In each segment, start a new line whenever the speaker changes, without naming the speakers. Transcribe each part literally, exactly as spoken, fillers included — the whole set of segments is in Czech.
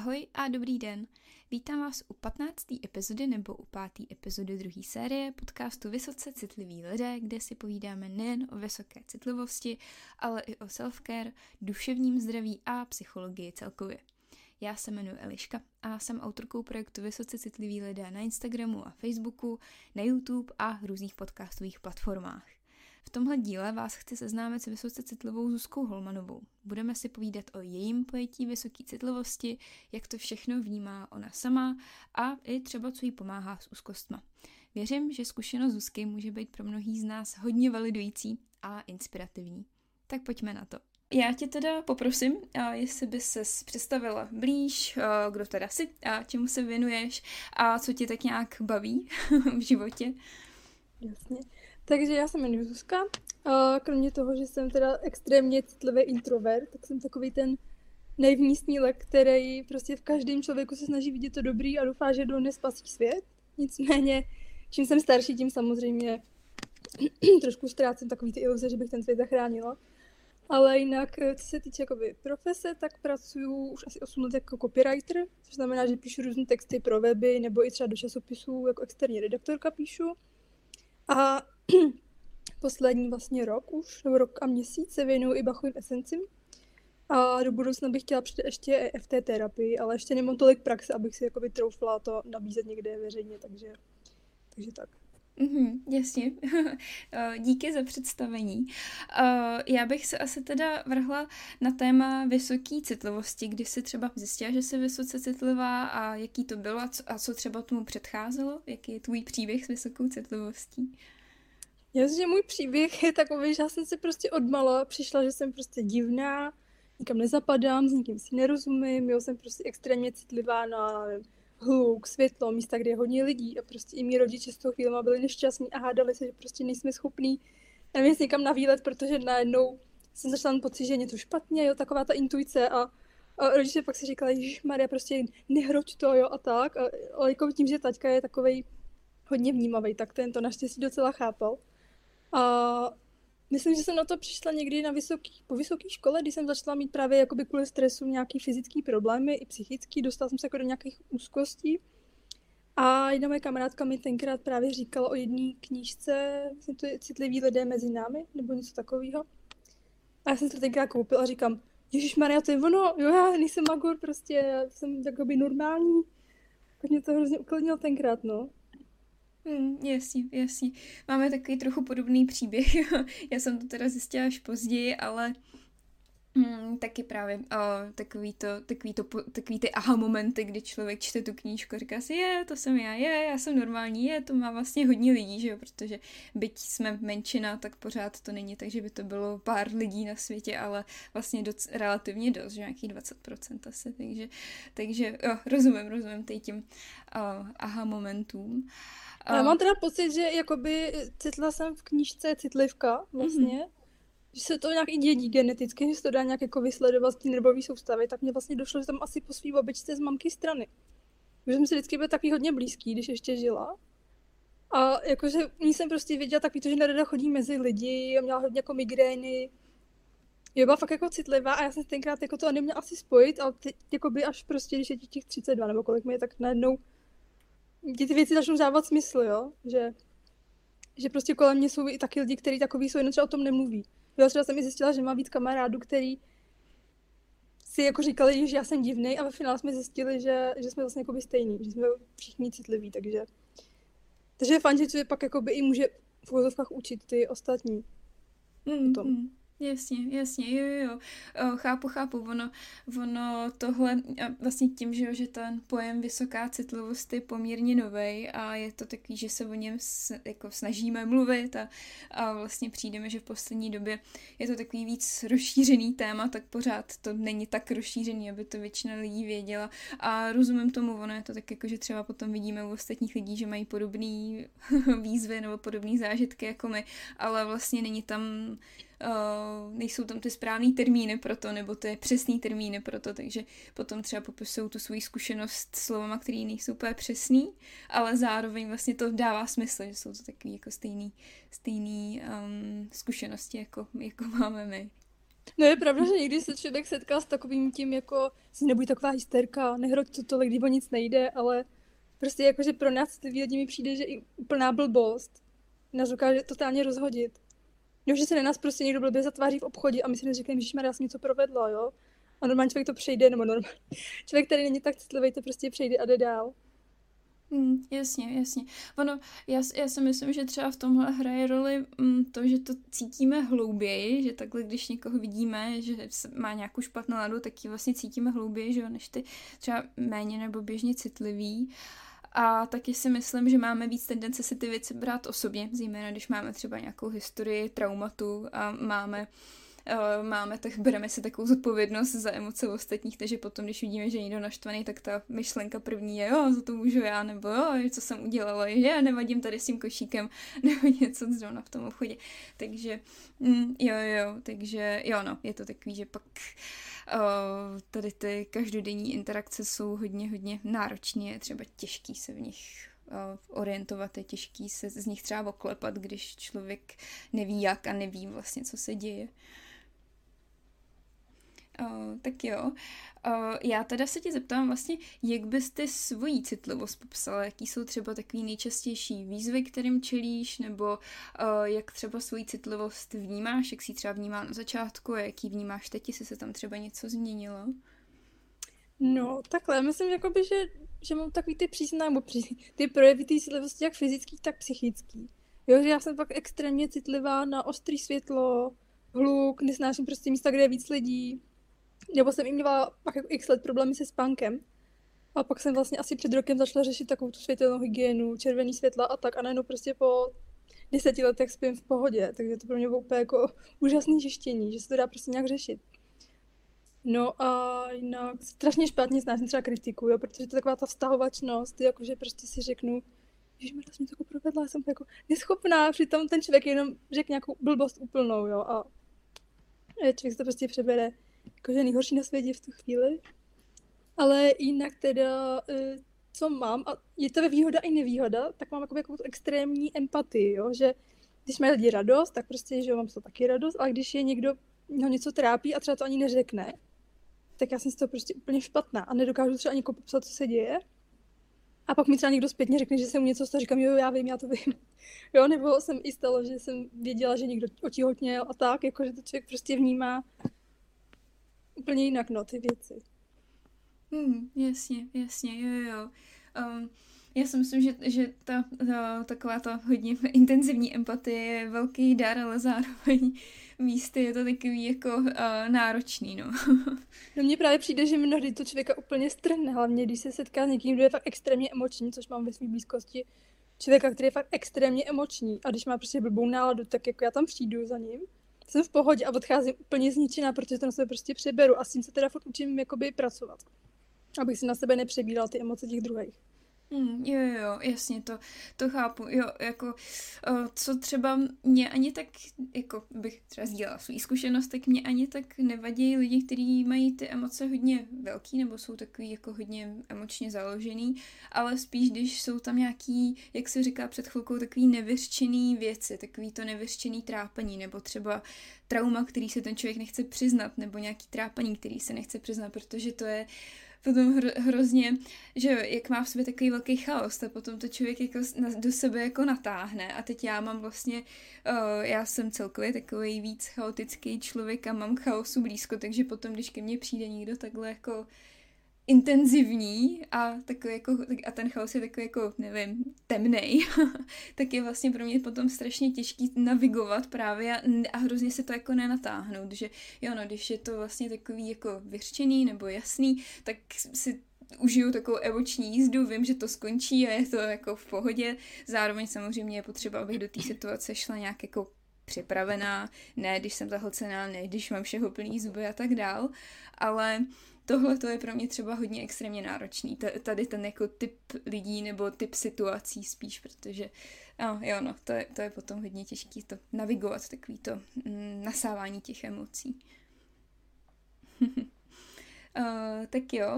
Ahoj a dobrý den. Vítám vás u patnácté epizody nebo u páté epizody druhé série podcastu Vysoce citliví lidé, kde si povídáme nejen o vysoké citlivosti, ale i o self-care, duševním zdraví a psychologii celkově. Já se jmenuji Eliška a jsem autorkou projektu Vysoce citliví lidé na Instagramu a Facebooku, na YouTube a různých podcastových platformách. V tomhle díle vás chci seznámit s vysoce citlivou Zuzkou Holmanovou. Budeme si povídat o jejím pojetí vysoké citlivosti, jak to všechno vnímá ona sama a i třeba, co jí pomáhá s úzkostma. Věřím, že zkušenost Zuzky může být pro mnohý z nás hodně validující a inspirativní. Tak pojďme na to. Já tě teda poprosím, jestli bys ses představila blíž, kdo teda jsi a čemu se věnuješ a co tě tak nějak baví v životě.
Jasně. Takže já se jmenuji Zuzka. Kromě toho, že jsem teda extrémně citlivý introvert, tak jsem takový ten naivní snílek, který prostě v každém člověku se snaží vidět to dobrý a doufá, že dnes spasí svět. Nicméně, čím jsem starší, tím samozřejmě trošku ztrácím takový ty iluze, že bych ten svět zachránila. Ale jinak, co se týče jakoby profese, tak pracuji už asi osm let jako copywriter, což znamená, že píšu různé texty pro weby nebo i třeba do časopisů, jako externí redaktorka píšu. A poslední vlastně rok už, nebo rok a měsíc se věnuju i bachovým esencím. A do budoucna bych chtěla přijít ještě E F T terapii, ale ještě nemám tolik praxe, abych si jakoby troufla to nabízet někde veřejně, takže, takže tak.
Mm-hmm, jasně. Díky za představení. Já bych se asi teda vrhla na téma vysoké citlivosti, kdy jsi třeba zjistila, že jsi vysoce citlivá a jaký to bylo a co, a co třeba tomu předcházelo? Jaký je tvůj příběh s vysokou citlivostí?
Jasně, můj příběh je takový, že já jsem si prostě odmala přišla, že jsem prostě divná, nikam nezapadám, s nikým si nerozumím, jo, jsem prostě extrémně citlivá na hluk, světlo, místa, kde je hodně lidí a prostě i mý rodiče z toho chvílema byli nešťastní a hádali se, že prostě nejsme schopní nevím, někam na výlet, protože najednou jsem začala pocit, že je něco špatně, jo, taková ta intuice a, a rodiče pak si říkali, ježišmarja, prostě nehroď to, jo, a tak, a, ale jako tím, že taťka je takovej hodně vnímavý, tak ten to naštěstí docela chápal. A myslím, že jsem na to přišla někdy na vysoký, po vysoké škole, kdy jsem začala mít právě jakoby kvůli stresu nějaký fyzický problémy, i psychický, dostala jsem se jako do nějakých úzkostí. A jedna moje kamarádka mi tenkrát právě říkala o jedné knížce, myslím, to je Citliví lidé mezi námi, nebo něco takového. A já jsem to tenkrát koupila a říkám, ježišmarja, to je ono, jo, já nejsem magur, prostě já jsem jakoby normální. Tak mě to hrozně uklidnilo tenkrát, no.
Hmm, jasně, jasně. Máme takový trochu podobný příběh. Já jsem to teda zjistila až později, ale hmm, taky právě o, takový, to, takový, to, takový ty aha momenty, kdy člověk čte tu knížku a říká si, je, to jsem já, je, já jsem normální, je, to má vlastně hodně lidí, že jo, protože byť jsme menšina, tak pořád to není tak, že by to bylo pár lidí na světě, ale vlastně doc, relativně dost, že nějakých dvacet procent asi, takže, takže jo, rozumím, rozumím tady těm o, aha momentům.
Já mám teda pocit, že jakoby citla jsem v knížce Citlivka vlastně, mm-hmm. že se to nějak i dědí geneticky, že se to dá nějak jako vysledovat z té nervové soustavy, tak mně vlastně došlo, že tam asi po svý babičce z mamky strany. Že jsem si vždycky byl takový hodně blízký, když ještě žila. A jakože ní jsem prostě věděla takový to, že nerada chodí mezi lidi, měla hodně jako migrény. Je byla fakt jako citlivá a já jsem tenkrát jako to neměla asi spojit, ale teď jakoby až prostě, když je těch třicet dva nebo kolik mi je, tak najednou ty věci začnou dávat smysl, jo, že, že prostě kolem mě jsou i taky lidi, kteří takový jsou, jenom třeba o tom nemluví. Já třeba jsem i zjistila, že mám víc kamarádů, který si jako říkali, že já jsem divnej a ve finále jsme zjistili, že, že jsme vlastně jakoby stejný, že jsme všichni citliví, takže takže je fajn, že člověk pak jakoby i může v úvozovkách učit ty ostatní
mm,
o tom.
Mm. Jasně, jasně, jo, jo, jo. Chápu, chápu, ono, ono tohle, vlastně tím, že, že ten pojem vysoká citlivost je poměrně novej a je to takový, že se o něm s, jako snažíme mluvit a, a vlastně přijdeme, že v poslední době je to takový víc rozšířený téma, tak pořád to není tak rozšířený, aby to většina lidí věděla a rozumím tomu, ono je to tak jako, že třeba potom vidíme u ostatních lidí, že mají podobné výzvy nebo podobné zážitky jako my, ale vlastně není tam Uh, nejsou tam ty správný termíny pro to, nebo ty přesný termíny pro to, takže potom třeba popisují tu svoji zkušenost slovama, který nejsou úplně přesný, ale zároveň vlastně to dává smysl, že jsou to takový jako stejný, stejný um, zkušenosti, jako, jako máme my.
No je pravda, že někdy se člověk setká s takovým tím, jako si nebuď taková hysterka, nehroď to tolik, když o nic nejde, ale prostě jakože pro nás ty lidi mi přijde, že i úplná blbost nás dokáže totálně rozhodit. Jo, že se na nás prostě někdo blbě zatváří v obchodě a my si neříkáme, že já jsem něco provedla, jo. A normálně člověk to přejde, nebo normálně člověk, který není tak citlivý, to prostě přejde a jde dál.
Hmm, jasně, jasně. Ono, já, já si myslím, že třeba v tomhle hraje roli mm, to, že to cítíme hlouběji, že takhle, když někoho vidíme, že má nějakou špatnou náladu, tak ji vlastně cítíme hlouběji, že jo, než ty třeba méně nebo běžně citlivý. A taky si myslím, že máme víc tendence si ty věci brát osobně, zejména když máme třeba nějakou historii traumatu a máme Uh, máme, tak bereme si takovou zodpovědnost za emoce ostatních, takže potom, když vidíme, že je někdo naštvaný, tak ta myšlenka první je, jo, za to můžu já, nebo jo, co jsem udělala, že já nevadím tady s tím košíkem, nebo něco zrovna v tom obchodě. Takže mm, jo, jo, takže jo, no, je to takový, že pak uh, tady ty každodenní interakce jsou hodně, hodně náročné, je třeba těžký se v nich orientovat, je těžký se z nich třeba oklepat, když člověk neví jak a neví vlastně, co se děje. Uh, tak jo. Uh, já teda se tě zeptám vlastně, jak bys ty svoji citlivost popsala, jaký jsou třeba takový nejčastější výzvy, kterým čelíš, nebo uh, jak třeba svoji citlivost vnímáš, jak jsi třeba vnímá na začátku a jak ji vnímáš teď, jestli se tam třeba něco změnilo?
No, takhle, myslím, jakoby, že, že mám takový ty příznaky, nebo pří, ty projevy té citlivosti, jak fyzický, tak psychický. Jo, že já jsem pak extrémně citlivá na ostrý světlo, hluk, nesnáším prostě místa, kde je víc lidí. Nebo jsem i měla pak jako x let problémy se spánkem. A pak jsem vlastně asi před rokem začala řešit takovou tu světelnou hygienu, červený světla a tak. A najednou prostě po deseti letech spím v pohodě. Takže to pro mě bylo úplně jako úžasné zjištění, že se to dá prostě nějak řešit. No a jinak strašně špatně snáším třeba kritiku, jo, protože to je taková ta vztahovačnost, jakože prostě si řeknu, ježišmarja, jsem to provedla, jsem jako neschopná, přitom ten člověk jenom řekne nějakou blbost úplnou, jo, a člověk se to prostě přebere jakože nejhorší na světě v tu chvíli. Ale jinak teda, co mám, a je to výhoda i nevýhoda, tak mám jako, jako tu extrémní empatii, jo, že když mají lidi radost, tak prostě, že jo, mám to taky radost, ale když je někdo ho něco trápí a třeba to ani neřekne, tak já jsem z toho prostě úplně špatná a nedokážu třeba ani popsat, co se děje. A pak mi třeba někdo zpětně řekne, že se mu něco stalo, říkám, jo, já vím, já to vím. Jo, nebo jsem i stalo, že jsem věděla, že někdo otěhotněl a tak, jakože to člověk prostě vnímá úplně jinak, no, ty věci.
Hmm, jasně, jasně, jo, jo. Um, já si myslím, že, že ta, ta taková ta hodně intenzivní empatie je velký dar, ale zároveň místy je to takový jako uh, náročný, no.
No mně právě přijde, že mnohdy to člověka úplně strhne, hlavně když se setká s někým, kdo je fakt extrémně emoční, což mám ve své blízkosti, člověka, který je fakt extrémně emoční a když má prostě blbou náladu, tak jako já tam přijdu za ním, jsem v pohodě a odcházím úplně zničená, protože to na sebe prostě přeberu a s tím se teda furt učím jakoby pracovat, abych si na sebe nepřebíral ty emoce těch druhých.
Hmm, jo, jo, jasně, to, to chápu, jo, jako, o, co třeba mě ani tak, jako bych třeba sdílela svou zkušenost, tak mě ani tak nevadí lidi, kteří mají ty emoce hodně velký, nebo jsou takový jako hodně emočně založený, ale spíš, když jsou tam nějaký, jak se říká před chvilkou, takový nevyřčený věci, takový to nevyřčený trápení, nebo třeba trauma, který se ten člověk nechce přiznat, nebo nějaký trápení, který se nechce přiznat, protože to je potom hro, hrozně, že jak má v sobě takový velký chaos, a potom to člověk jako do sebe jako natáhne a teď já mám vlastně, uh, já jsem celkově takový víc chaotický člověk a mám chaosu blízko, takže potom, když ke mně přijde někdo takhle jako intenzivní a takový jako, a ten chaos je takový jako, nevím, temnej, tak je vlastně pro mě potom strašně těžký navigovat právě a, a hrozně se to jako nenatáhnout, že jo, no, když je to vlastně takový jako vyřčený nebo jasný, tak si užiju takovou emoční jízdu, vím, že to skončí a je to jako v pohodě, zároveň samozřejmě je potřeba, abych do té situace šla nějak jako připravená, ne když jsem zahlcená, ne když mám všeho plný zuby a tak dál, ale tohle to je pro mě třeba hodně extrémně náročný. Tady ten jako typ lidí nebo typ situací spíš, protože no, jo, no, to je, to je potom hodně těžké to navigovat, takový to mm, nasávání těch emocí. uh, tak jo.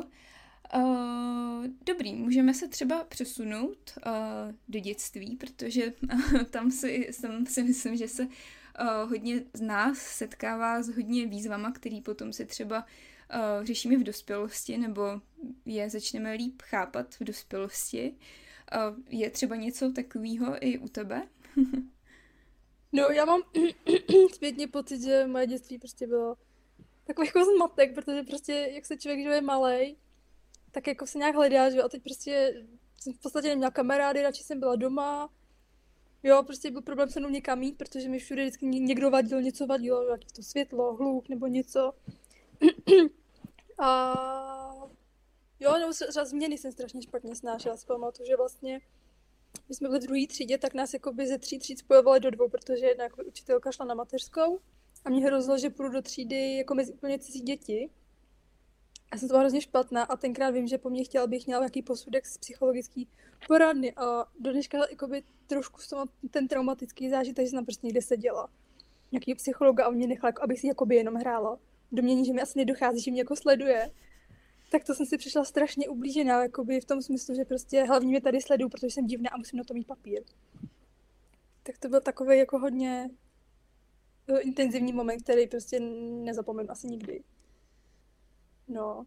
Uh, dobrý, můžeme se třeba přesunout uh, do dětství, protože uh, tam, si, tam si myslím, že se uh, hodně z nás setkává s hodně výzvama, který potom si třeba uh, řešíme v dospělosti, nebo je začneme líp chápat v dospělosti. Uh, je třeba něco takového i u tebe?
No, já mám zpětně pocit, že moje dětství prostě bylo takový jako zmatek, protože prostě, jak se člověk žije malej, tak jako se nějak hledá, že jo, a teď prostě jsem v podstatě neměla kamarády, radši jsem byla doma, jo, prostě byl problém se mnou někam jít, protože mi všude vždycky někdo vadil, něco vadilo, jaký to světlo, hluk nebo něco. A jo, nebo třeba změny jsem strašně špatně snášela, si pamatuju, že vlastně my jsme byli v druhé třídě, tak nás jakoby ze tří tříd spojovali do dvou, protože jedna jako učitelka šla na mateřskou a mě hrozilo, že půjdu do třídy jako mezi úplně cizí děti. Já jsem to byla hrozně špatná a tenkrát vím, že po mně chtěla, abych měla nějaký posudek z psychologický poradny a do dneška jakoby trošku z toho ten traumatický zážitek, že jsem prostě někde seděla. Nějaký psychologa a mě nechal, jako, abych si jakoby jenom hrála. Domění, že mi asi nedochází, že mě jako sleduje. Tak to jsem si přišla strašně ublížená, jakoby v tom smyslu, že prostě hlavně mě tady sledují, protože jsem divná a musím na to mít papír. Tak to byl takový jako hodně intenzivní moment, který prostě nezapomenu asi nikdy. No.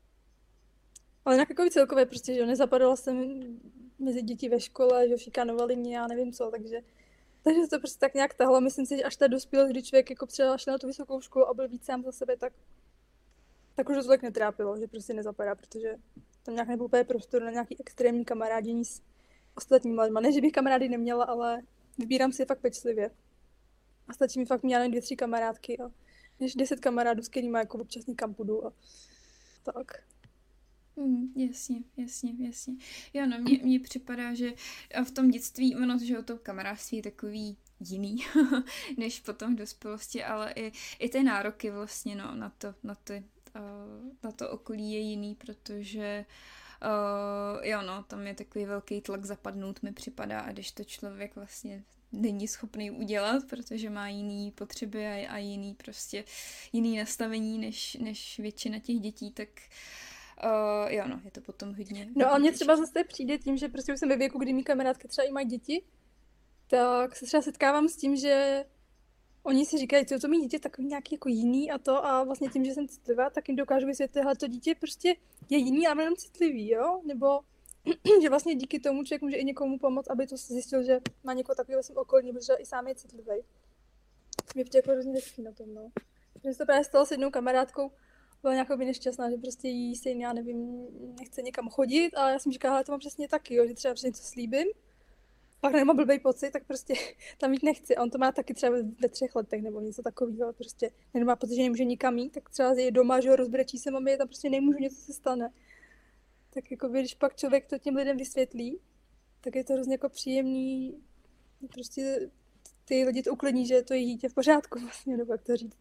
Ale nějak jako celkově prostě, že nezapadala jsem mezi děti ve škole, že šikanovali mě, já nevím co, takže takže to prostě tak nějak tahlo. Myslím si, že až ta dospělost, kdy člověk jako třeba šel na tu vysokou školu a byl víc sám za sebe, tak tak už to člověk netrápilo, že prostě nezapadá, protože tam nějak nebyl úplně prostor na nějaký extrémní kamarádění s ostatními lidmi. Ne, že bych kamarády neměla, ale vybírám si je fakt pečlivě. A stačí mi fakt mít jen dvě, tři kamarádky a než deset kamarádů, s kterými jako občas někam půjdu a tak.
Mm, jasně, jasně, jasně. Jo, no, mně, mně připadá, že v tom dětství, ono, že to kamarádství je takový jiný, než potom v dospělosti, ale i, i ty nároky vlastně, no, na to, na ty na to okolí je jiný, protože uh, jo no, tam je takový velký tlak zapadnout mi připadá a když to člověk vlastně není schopný udělat, protože má jiný potřeby a, a jiný prostě jiný nastavení než, než většina těch dětí, tak uh, jo no, je to potom hodně.
No a mně třeba zase přijde tím, že prostě už jsem ve věku, kdy mý kamarádky třeba i mají děti, tak se třeba setkávám s tím, že oni si říkají, co to mít dítě takový nějaký jako jiný a to a vlastně tím, že jsem citlivá, tak jim dokážu vysvětlit, hele, to dítě prostě je jiný, ale jenom citlivý, jo? Nebo že vlastně díky tomu člověk může i někomu pomoct, aby to zjistil, že má někoho takového svým okolí, protože i sám je citlivý. Mě přijde jako hrozně hezký na tom, no. Že se to právě stalo s jednou kamarádkou, byla nějakou by nešťastná, že prostě jí se, já nevím, nechce někam chodit a já jsem říkala, hele, to mám přesně taky, jo, že třeba přesně něco slíbím. Pak nemá blbej pocit, tak prostě tam jít nechci. A on to má taky třeba ve třech letech nebo něco takového. Prostě nemá pocit, že nemůže nikam jít, tak třeba je doma, že ho rozbrečí se mami, tam prostě nemůžu, něco se stane. Tak jako když pak člověk to těm lidem vysvětlí, tak je to hrozně jako příjemný. Prostě ty lidi to uklidní, že to je dítě v pořádku vlastně, nebo jak to říct.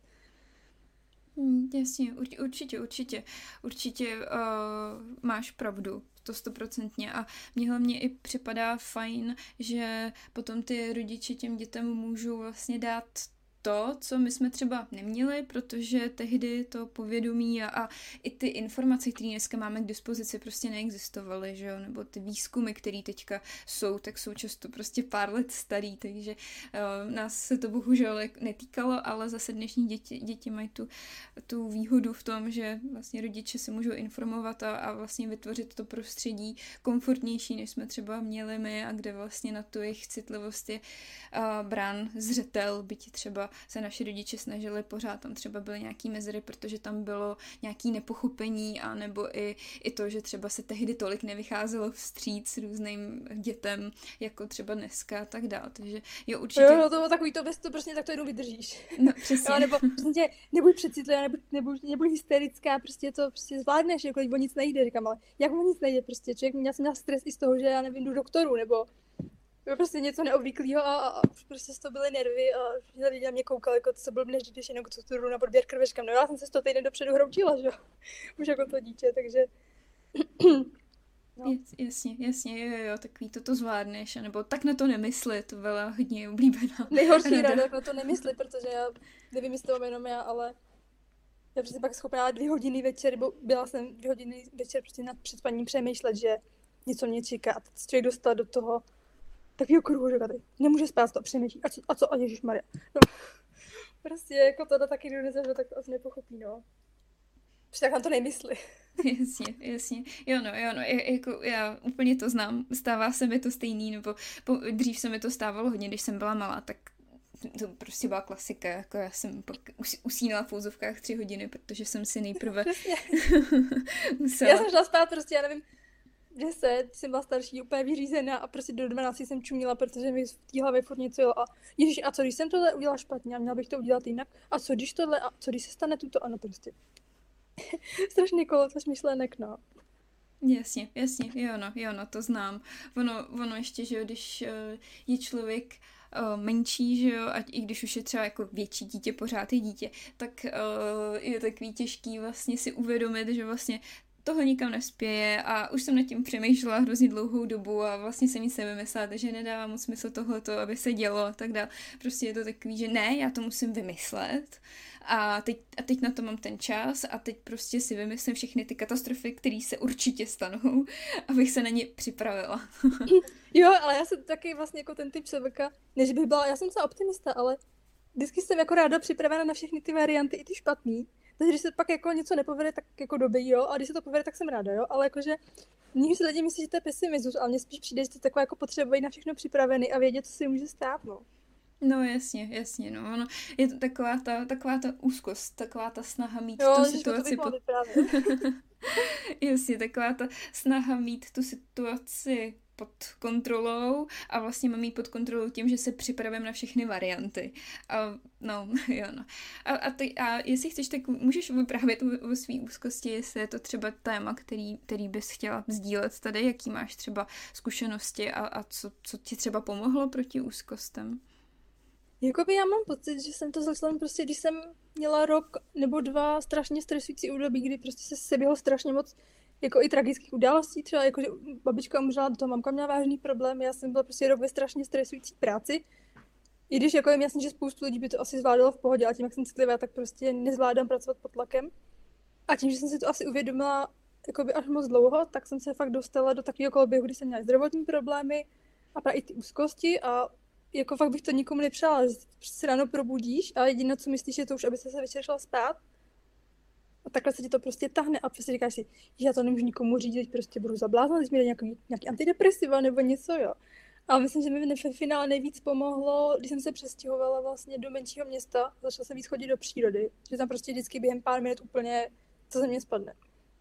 Hmm, jasně, určitě, určitě. Určitě uh, máš pravdu. To stoprocentně a mně hlavně i připadá fajn, že potom ty rodiče těm dětem můžou vlastně dát to, co my jsme třeba neměli, protože tehdy to povědomí a, a i ty informace, které dneska máme k dispozici, prostě neexistovaly, že jo, nebo ty výzkumy, které teďka jsou, tak jsou často prostě pár let starý, takže uh, nás se to bohužel netýkalo, ale zase dnešní děti, děti mají tu, tu výhodu v tom, že vlastně rodiče se můžou informovat a, a vlastně vytvořit to prostředí komfortnější, než jsme třeba měli my a kde vlastně na tu jejich citlivost je uh, brán zřetel, byť třeba se naši rodiče snažili, pořád tam třeba byly nějaký mezery, protože tam bylo nějaký nepochopení a nebo i, i to, že třeba se tehdy tolik nevycházelo vstříc různým dětem, jako třeba dneska a tak dále. Takže jo, určitě.
Jo, no to bylo takový to, bez to prostě tak to jednou vydržíš.
No, přesně.
Jo, nebo prostě nebuď přecitlivá, nebuď, nebuď, nebuď hysterická, prostě to prostě zvládneš, jako o nic nejde, říkám, ale jak o nic nejde, prostě člověk měl jsem měl stres i z toho, že já nevím, jdu doktoru, nebo bylo prostě něco neobvyklého a, a už prostě z toho byly nervy a lidi na mě koukali, jako co blbne, když jenom co jdu na podběr krvečkám. No já jsem se z toho týden dopředu hroutila, že jo, už jako to dítě, takže...
No. Jasně, jasně, jo, jo, takový to to zvládneš, nebo tak na to nemysli, to byla hodně oblíbená.
Nejhorší rada, tak na to nemysli, protože já nevím, jestli to mám jenom já, ale já prostě pak schopná dvě hodiny večer, nebo byla jsem dvě hodiny večer prostě nad před spaním přemýšlet, že něco mě čeká a teď se člověk dostal do toho, takovýho kruhu, že tady nemůže spát, to přemýšlí. A co, a co, a ježišmarja. No, prostě jako tohle taky kdo nezažil, tak to asi nepochopí, no. Protože tak nám to nemyslí.
Jasně, jasně. Jo no, jo no, jako já úplně to znám, stává se mi to stejný, nebo po, dřív se mi to stávalo hodně, když jsem byla malá, tak to prostě byla klasika, jako já jsem pak usínala v úzovkách tři hodiny, protože jsem si nejprve
musela... Já jsem šla spát prostě, já nevím, deset, jsem byla starší, úplně vyřízená a prostě do dvanácti jsem čumila, protože mi v té hlavě furt něco jelo a ježiš, a co když jsem tohle udělala špatně a měla bych to udělat jinak? A co když tohle, a co když se stane tuto? Ano, prostě. Strašný kolotoč myšlenek, no.
Jasně, jasně, jo no, jo no, to znám. Ono, ono ještě, že jo, když uh, je člověk uh, menší, že jo, ať i když už je třeba jako větší dítě, pořád je dítě, tak uh, je takový těžký vlastně si uvědomit, že vlastně tohle nikam nespěje a už jsem nad tím přemýšlela hrozně dlouhou dobu a vlastně jsem nic nevymyslela, takže nedává moc smysl tohleto, aby se dělo a tak dále. Prostě je to takový, že ne, já to musím vymyslet a teď, a teď na to mám ten čas a teď prostě si vymyslím všechny ty katastrofy, které se určitě stanou, abych se na ně připravila.
Jo, ale já jsem taky vlastně jako ten typ člověka, než bych byla, já jsem se optimista, ale vždycky jsem jako ráda připravena na všechny ty varianty, i ty špatný. Takže když se pak jako něco nepovede, tak jako dobrý, jo, a když se to povede, tak jsem ráda, jo, ale jakože někdy si lidi myslí, že to je pesimismus, ale mně spíš přijde, že to takové jako potřebují na všechno připravený a vědět, co si může stát, no.
No jasně, jasně, no, ono, je to taková ta, taková ta úzkost, taková ta snaha mít
jo,
tu situaci
pod...
jasně, taková ta snaha mít tu situaci pod kontrolou a vlastně mám jít pod kontrolou tím, že se připravím na všechny varianty. A no, jo no. A, a, ty, a jestli chceš, tak můžeš vyprávět o, o svý úzkosti, jestli je to třeba téma, který, který bys chtěla sdílet tady, jaký máš třeba zkušenosti a, a co, co ti třeba pomohlo proti úzkostem?
Jakoby já mám pocit, že jsem to začala prostě, když jsem měla rok nebo dva strašně stresující období, kdy prostě se seběhlo strašně moc jako i tragických událostí, třeba jako, že babička umřela, do toho mamka měla vážný problém, já jsem byla prostě rok ve strašně stresující práci. I když jako je jasný, že spoustu lidí by to asi zvládalo v pohodě, a tím, jak jsem citlivá, tak prostě nezvládám pracovat pod tlakem. A tím, že jsem si to asi uvědomila jakoby až moc dlouho, tak jsem se fakt dostala do takového koloběhu, kdy jsem měla zdravotní problémy a právě i ty úzkosti a jako fakt bych to nikomu nepřála, že se ráno probudíš a jediné, co myslíš, je to už, aby se večer šla spát. A takhle se ti to prostě tahne a prostě říkáš si, že já to nemůžu nikomu říct, prostě budu zabláznout, když mi jde nějaký, nějaký antidepresiva nebo něco, jo. A myslím, že mi v finále nejvíc pomohlo, když jsem se přestěhovala vlastně do menšího města, začala jsem víc chodit do přírody, že tam prostě vždycky během pár minut úplně, co ze mě spadne.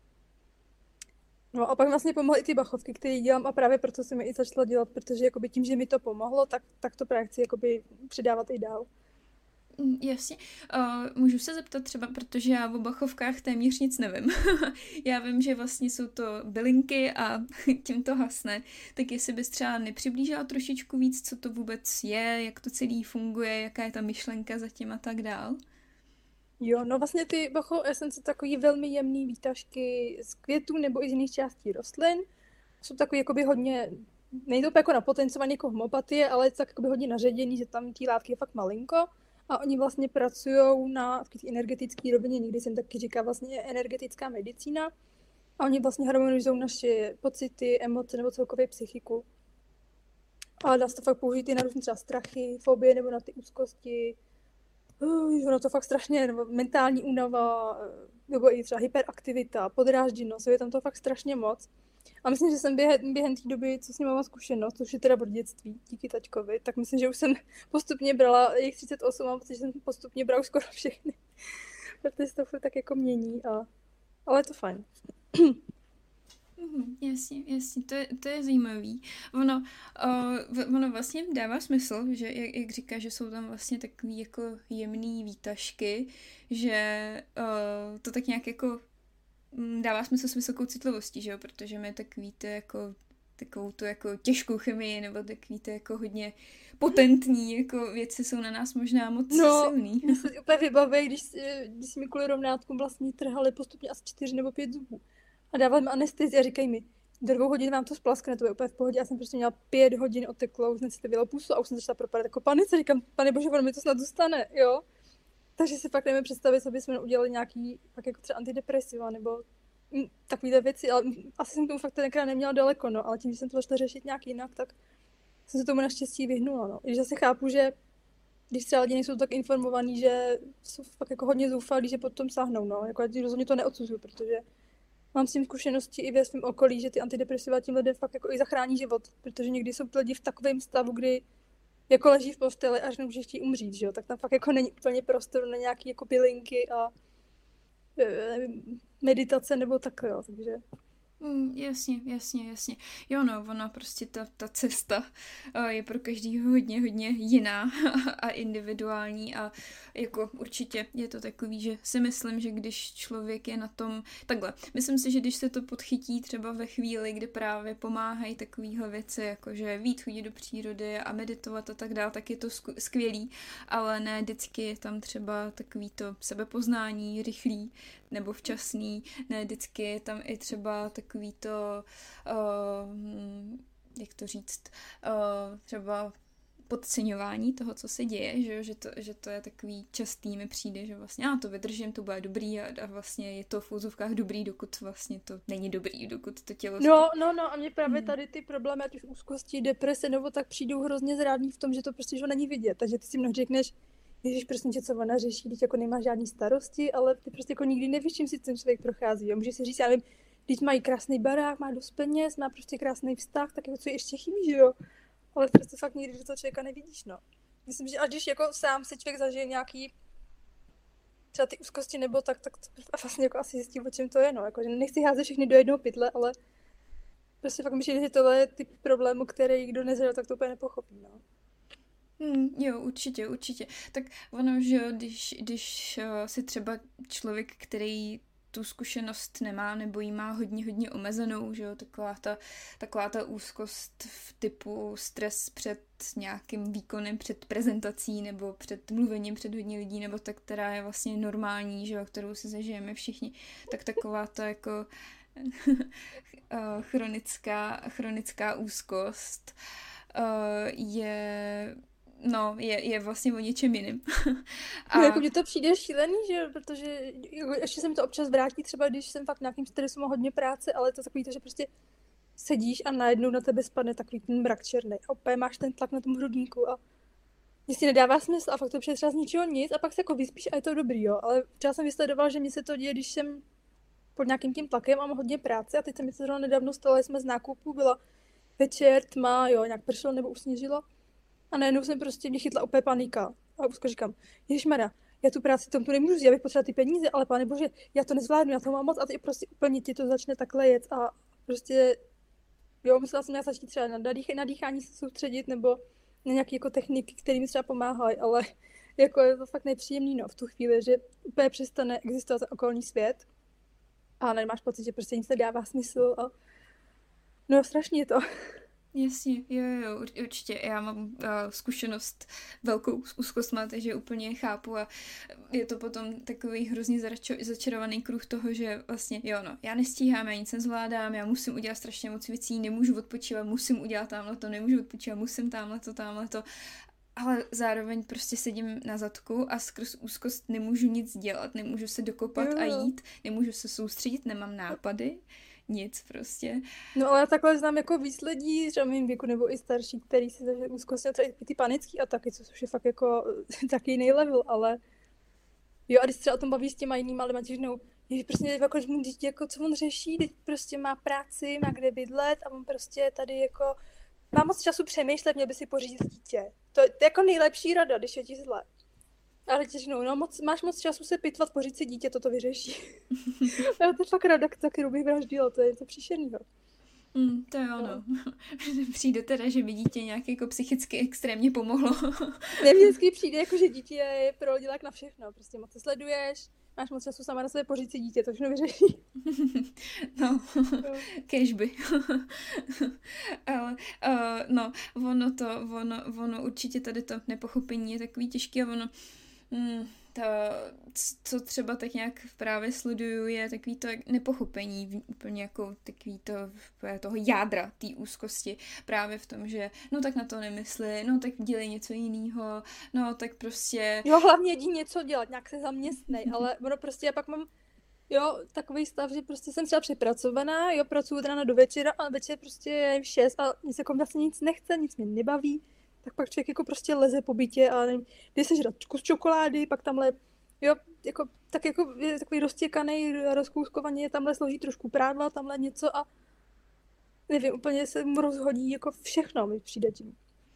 No a pak vlastně pomohly i ty bachovky, které dělám a právě proto jsem je i začala dělat, protože jakoby tím, že mi to pomohlo, tak, tak to právě chci jakoby předávat i dál.
Jasně. Uh, můžu se zeptat třeba, protože já o bachovkách téměř nic nevím. Já vím, že vlastně jsou to bylinky a tím to hasne. Tak jestli bys třeba nepřiblížila trošičku víc, co to vůbec je, jak to celý funguje, jaká je ta myšlenka zatím a tak dál?
Jo, no vlastně ty bachové esence takový velmi jemný výtažky z květů nebo i z jiných částí rostlin. Jsou takový jakoby hodně, nejde to jako napotencovaný jako homeopatie, ale je to tak jakoby hodně naředěný, že tam ty látky je fakt malinko. A oni vlastně pracují na energetické rovině, někdy jsem taky říká vlastně energetická medicína. A oni vlastně harmonizují naše pocity, emoce nebo celkově psychiku. A dá se to fakt použít i na různé třeba strachy, fobie nebo na ty úzkosti. Uh, ono to fakt strašně, nebo mentální únava, nebo i třeba hyperaktivita, podrážděnost, je tam to fakt strašně moc. A myslím, že jsem během, během té doby, co s ním mám zkušenost, což je teda od dětství, díky taťkovi, tak myslím, že už jsem postupně brala, je jich třicet osm, mám pocit, že jsem postupně brala už skoro všechny, protože se to furt tak jako mění, a... ale je to fajn.
Mm, jasně, jasně, to je, to je zajímavý. Ono, uh, ono vlastně dává smysl, že jak, jak říká, že jsou tam vlastně takový jako jemný výtažky, že uh, to tak nějak jako dává smysl s vysokou citlivostí, že jo, protože my takový to jako takovou tu jako těžkou chemii, nebo takový to jako hodně potentní jako věci jsou na nás možná moc
no,
silný.
No, se úplně vybaví, když, když mi kvůli rovnátkům vlastně trhali postupně asi čtyři nebo pět zubů. A dávali mi anestezi a říkají mi, do dvou hodin vám to splaskne, to je úplně v pohodě. Já jsem prostě měla pět hodin oteklou, znecitlivilo pusu a už jsem začala propadat jako panice. Říkám, pane bože, ono mi to snad zůstane, jo. Takže si fakt nevím představit, co bychom udělali nějaký fakt jako třeba antidepresiva nebo m, takovýhle věci, ale asi jsem tomu fakt tenkrát neměla daleko, no, ale tím, že jsem to začala řešit nějak jinak, tak jsem se tomu naštěstí vyhnula, no. I zase chápu, že když třeba lidi nejsou tak informovaní, že jsou fakt jako hodně zoufalí, že potom sáhnou, no. Jako já rozhodně to neodsuzuju, protože mám s tím zkušenosti i ve svém okolí, že ty antidepresiva tím lidem fakt jako i zachrání život, protože někdy jsou lidi v takovém stavu, kdy jako leží v posteli až nemůže chtít umřít, že jo, tak tam fakt jako není úplně prostor na nějaký jako pilinky a nevím, meditace nebo tak, jo, takže...
Mm, jasně, jasně, jasně. Jo no, ona prostě ta, ta cesta uh, je pro každýho hodně, hodně jiná a individuální a jako určitě je to takový, že si myslím, že když člověk je na tom, takhle, myslím si, že když se to podchytí třeba ve chvíli, kdy právě pomáhají takovýhle věci, jakože víc chodit do přírody a meditovat a tak dále, tak je to skvělý, ale ne vždycky je tam třeba takový to sebepoznání rychlý nebo včasný, ne vždycky je tam i třeba takový to, uh, jak to říct, uh, třeba podceňování toho, co se děje, že, že, to, že to je takový častý, mi přijde, že vlastně já to vydržím, to bude dobrý a, a vlastně je to v úzovkách dobrý, dokud vlastně to není dobrý, dokud to tělo...
No, no, no a mě právě tady ty problémy, ať už úzkosti, deprese nebo tak přijdou hrozně zrádný v tom, že to prostě že není vidět, takže ty si mnoho řekneš, ježiš, prostě co ona řeší, teď jako nemá žádný starosti, ale ty prostě jako nikdy nevíš, čím si ten člověk prochází. Jo? Může si říct, já nevím, když mají krásný barák, má dost peněz, má prostě krásný vztah, tak jako co ještě chybí, že jo? Ale prostě fakt nikdy do toho člověka nevidíš, no. Myslím, že až když jako sám se člověk zažije nějaký třeba ty úzkosti nebo tak, tak to vlastně jako asi zjistí, o čem to je, no. Jako, že nechci házet všechny do jednoho pytle, ale prostě fakt myslím, že tohle je typ problému, který kdo nezažil, tak to úplně nepochopí, no.
Hmm, jo, určitě, určitě. Tak ono, že jo, když, když uh, si třeba člověk, který tu zkušenost nemá, nebo ji má hodně, hodně omezenou, že jo, taková ta, taková ta úzkost v typu stres před nějakým výkonem, před prezentací, nebo před mluvením před hodně lidí, nebo tak, která je vlastně normální, že jo, kterou si zažijeme všichni, tak taková ta jako chronická, chronická úzkost uh, je... No, je, je vlastně o něčem jiným.
A... No, jako mně to přijde šílený, že protože jako, ještě se mi to občas vrátí, třeba když jsem fakt nějakým stresu, mám hodně práce, ale to je takový to, že prostě sedíš a najednou na tebe spadne takový ten mrak černý a opět máš ten tlak na tom hrudníku a mě si nedává smysl a fakt to přijde třeba z ničeho nic a pak se jako vyspíš a je to dobrý, jo. Ale třeba jsem vysledovala, že mi se to děje, když jsem pod nějakým tím tlakem a mám hodně práce a teď se mi to zrovna nedávno stalo, jsme z nákupu, byla večer, tma, jo, nějak pršelo nebo usněžilo. A najednou jsem prostě mě chytla úplně panika. A úzko říkám, ježišmarja, já tu práci tomto nemůžu říct, já bych potřebovala ty peníze, ale pane bože, já to nezvládnu, já to mám moc a ty prostě úplně ti to začne takhle jet a prostě, jo, musela jsem nějak začít třeba na, nadých, na dýchání se soustředit nebo na nějaké jako techniky, které mi třeba pomáhají, ale jako je to fakt nepříjemný, no, v tu chvíli, že úplně přestane existovat ten okolní svět a nemáš pocit, že prostě nic nedává smysl a no, strašně je to.
Jasně, jo, jo, určitě. Já mám uh, zkušenost velkou s úzkostma, takže úplně chápu a je to potom takový hrozně zaračo- začarovaný kruh toho, že vlastně, jo no, já nestíhám, já nic nezvládám, já musím udělat strašně moc věcí, nemůžu odpočívat, musím udělat tamhle to, nemůžu odpočívat, musím tamhle to, tamhle to. Ale zároveň prostě sedím na zadku a skrz úzkost nemůžu nic dělat, nemůžu se dokopat jo. a jít, nemůžu se soustředit, nemám nápady. Nic prostě.
No ale já takhle znám jako víc lidí, třeba mým věku nebo i starší, který si zažili úzkostně třeba i ty panický ataky, což je fakt jako taky jiný level, ale jo a když třeba o tom baví s těma jinýma lidma, těžnou, je prostě jako, že mu dítě, jako co on řeší, teď prostě má práci, má kde bydlet a on prostě tady jako má moc času přemýšlet, měl by si pořídit dítě. To je, to je jako nejlepší rada, když je ti zle. Ale těžnou, no moc, máš moc času se pitvat, pořídit si dítě, toto vyřeší. Ale to je fakt rada, kterou bych vraždila, to je něco příšernýho.
Mm, to je ono. No. Přijde teda, že by dítě nějak jako psychicky extrémně pomohlo.
Mně vždycky přijde, jako, že dítě je prorodilák na všechno. Prostě moc se sleduješ, máš moc času sama na sebe pořídit si dítě, to všechno vyřeší.
No, no. Kéžby. Ale uh, no, ono to, ono, ono určitě tady to nepochopení je takový těžký a ono mm, ta, co třeba tak nějak právě sleduju, je takový to nepochopení, úplně jako takový to toho jádra té úzkosti, právě v tom, že no tak na to nemysli, no tak dělej něco jiného, no tak prostě...
Jo, hlavně jdi něco dělat, nějak se zaměstnej, ale ono prostě já pak mám Jo, takový stav, že prostě jsem třeba přepracovaná, jo, pracuju teda na do večera a večer prostě je v šest a nic jako vlastně nic nechce, nic mě nebaví, tak pak člověk jako prostě leze po bytě a nevím, jde se žrat kus čokolády, pak tamhle, jo, jako, tak jako je takový roztěkaný, rozkouskovaný, tamhle složí trošku prádla, tamhle něco a nevím, úplně se mu rozhodí jako všechno, mi přijde tím.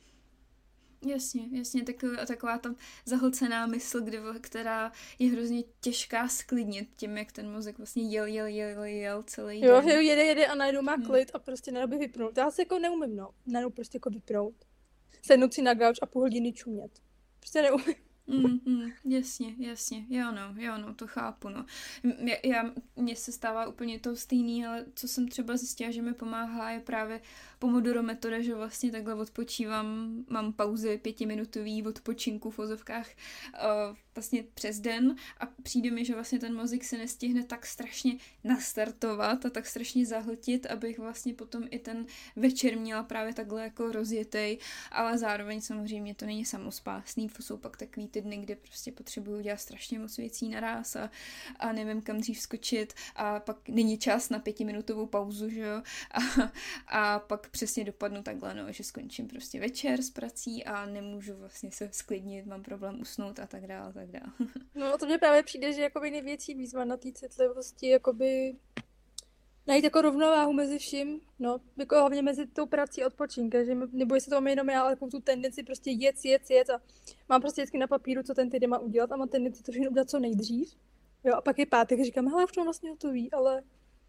Jasně, jasně, taková, taková ta zahlcená mysl, kdy, která je hrozně těžká sklidnit tím, jak ten mozek vlastně jel, jel, jel, jel celý den.
Jo, že jede, jede a najednou má klid a prostě nedoby vypnout. Já se jako neumím, no. Najednou prostě jako vypnout. Sednout si na gauč a půl hodiny čumět. Prostě neumím.
Mm, mm, jasně, jasně, jo no, jo no, to chápu, no. Já, já, mně se stává úplně to stejný, ale co jsem třeba zjistila, že mi pomáhá, je právě Pomodoro metoda, že vlastně takhle odpočívám, mám pauzy pětiminutový odpočinku v vozovkách uh, vlastně přes den a přijde mi, že vlastně ten mozek se nestihne tak strašně nastartovat a tak strašně zahltit, abych vlastně potom i ten večer měla právě takhle jako rozjetej, ale zároveň samozřejmě to není samospásný, jsou pak takový ty dny, kde prostě potřebuju dělat strašně moc věcí naráz a, a nevím kam dřív skočit a pak není čas na pětiminutovou pauzu, že jo, a, a pak přesně dopadnu takhle, no, že skončím prostě večer s prací a nemůžu vlastně se sklidnit, mám problém usnout a tak dále, tak dále.
No a to mě právě přijde, že jakoby největší výzva na té citlivosti jakoby najít jako rovnováhu mezi vším, no, jako hlavně mezi tou prací a odpočinkem, že nebo jestli to mám jenom já, ale jako tu tendenci prostě jet, jet, jet a mám prostě vždycky na papíru, co ten týden má udělat a mám tendenci to všechno udělat co nejdřív, jo, a pak je pátek a říkám, hele, už to mám vlastně hotový, ale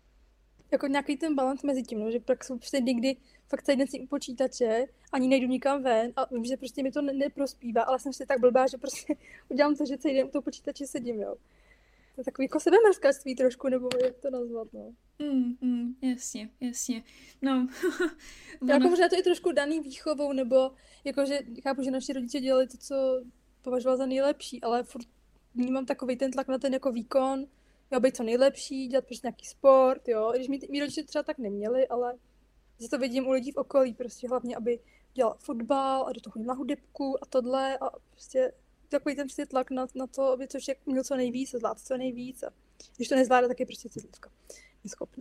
jako nějaký ten balans mezi tím, no, že pak jsou prostě někdy fakt celý den si u počítače, ani nejdu nikam ven a vím, že prostě mi to ne- neprospívá, ale jsem si tak blbá, že prostě udělám to, že celý den u toho počítače sedím, jo. To je takový jako sebemrskačství trošku, nebo jak to nazvat, no.
Mm, mm, jasně, jasně. No.
Já jako možná to je trošku daný výchovou, nebo jakože chápu, že naši rodiče dělali to, co považoval za nejlepší, ale furt vnímám takový ten tlak na ten jako výkon, jo, být co nejlepší, dělat prostě nějaký sport, jo, když mý, mý rodiče třeba tak neměli, ale že to vidím u lidí v okolí, prostě hlavně, aby dělal fotbal a do toho chodil na hudebku a tohle a prostě takový ten prostě tlak na, na to, aby to člověk měl co nejvíc, zvládl co nejvíc a když to nezvládá, tak je prostě citlivka. Schopná.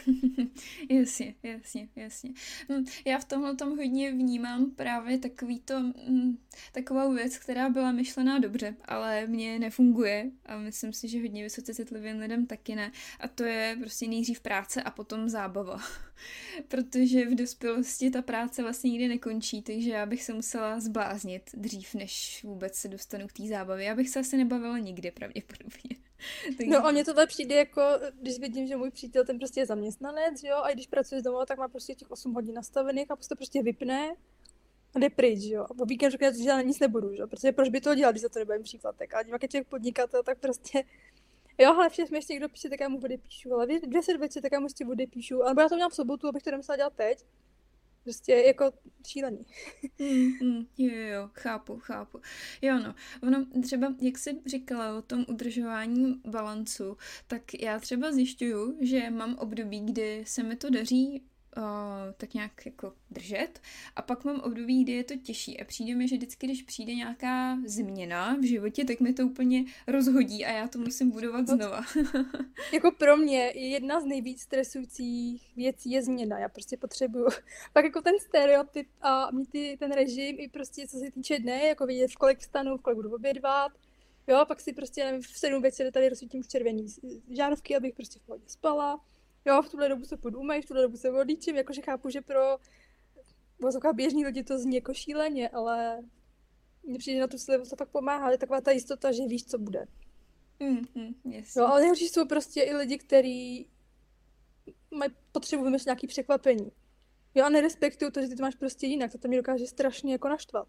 Jasně, jasně, jasně. Já v tomhle tom hodně vnímám právě takový to, mm, takovou věc, která byla myšlená dobře, ale mně nefunguje a myslím si, že hodně vysoce citlivým lidem taky ne. A to je prostě nejdřív práce a potom zábava. Protože v dospělosti ta práce vlastně nikdy nekončí, takže já bych se musela zbláznit dřív, než vůbec se dostanu k té zábavě. Já bych se asi nebavila nikdy pravděpodobně.
Tak... No a mně tohle přijde jako, když vidím, že můj přítel ten prostě je zaměstnanec, jo, a když pracuje z domova, tak má prostě těch osm hodin nastavených a prostě prostě vypne a jde pryč, jo. A po víkendu řekne, že já nic nebudu, jo, protože proč by to dělat, když za to nebudem příplatek. A jak je člověk podnikatel, tak prostě, jo, ale vše mi ještě někdo píše, tak já mu odepíšu, ale v deset večer, tak já mu ještě odepíšu, ale já to měla v sobotu, abych to nemusela dělat teď. Prostě jako šílený.
Mm, mm, jo, jo, chápu, chápu. Jo, no, ono třeba, jak jsi říkala o tom udržování balancu, tak já třeba zjišťuju, že mám období, kdy se mi to daří uh, tak nějak jako držet a pak mám období, kdy je to těžší a přijde mi, že vždycky, když přijde nějaká změna v životě, tak mi to úplně rozhodí a já to musím budovat no, znova.
Jako pro mě jedna z nejvíc stresujících věcí je změna. Já prostě potřebuju pak jako ten stereotyp a mít ty, ten režim i prostě co se týče dne, jako vědět, v kolik vstanu, v kolik budu obědvat. Jo, a pak si prostě nevím, v sedm večer tady rozsvítím v červený žárovky, abych prostě v pohodě spala. Jo, v tuhle dobu se půjdu umýt, v tuhle dobu se odlíčím, jakože chápu, že pro vozovka běžní lidi to zní jako šíleně, ale mně přijde na tu slevu to fakt pomáhá, je taková ta jistota, že víš, co bude.
Mm, mm, yes.
No, ale nejhorší jsou prostě i lidi, kteří mají potřebu vymyslet nějaký překvapení. Jo, a nerespektuju to, že ty to máš prostě jinak, to mě dokáže strašně jako naštvat.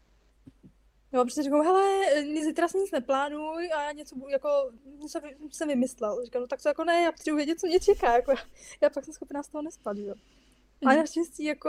Jo, prostě říkám, hele, zítra si nic neplánuj a já něco budu, jako, něco jsem vymyslel. Říkám, no tak to jako ne, já potřebuji vědět, co mě čeká, jako, já pak jsem schopná z toho nespat, jo. Mm. Ale naštěstí, jako,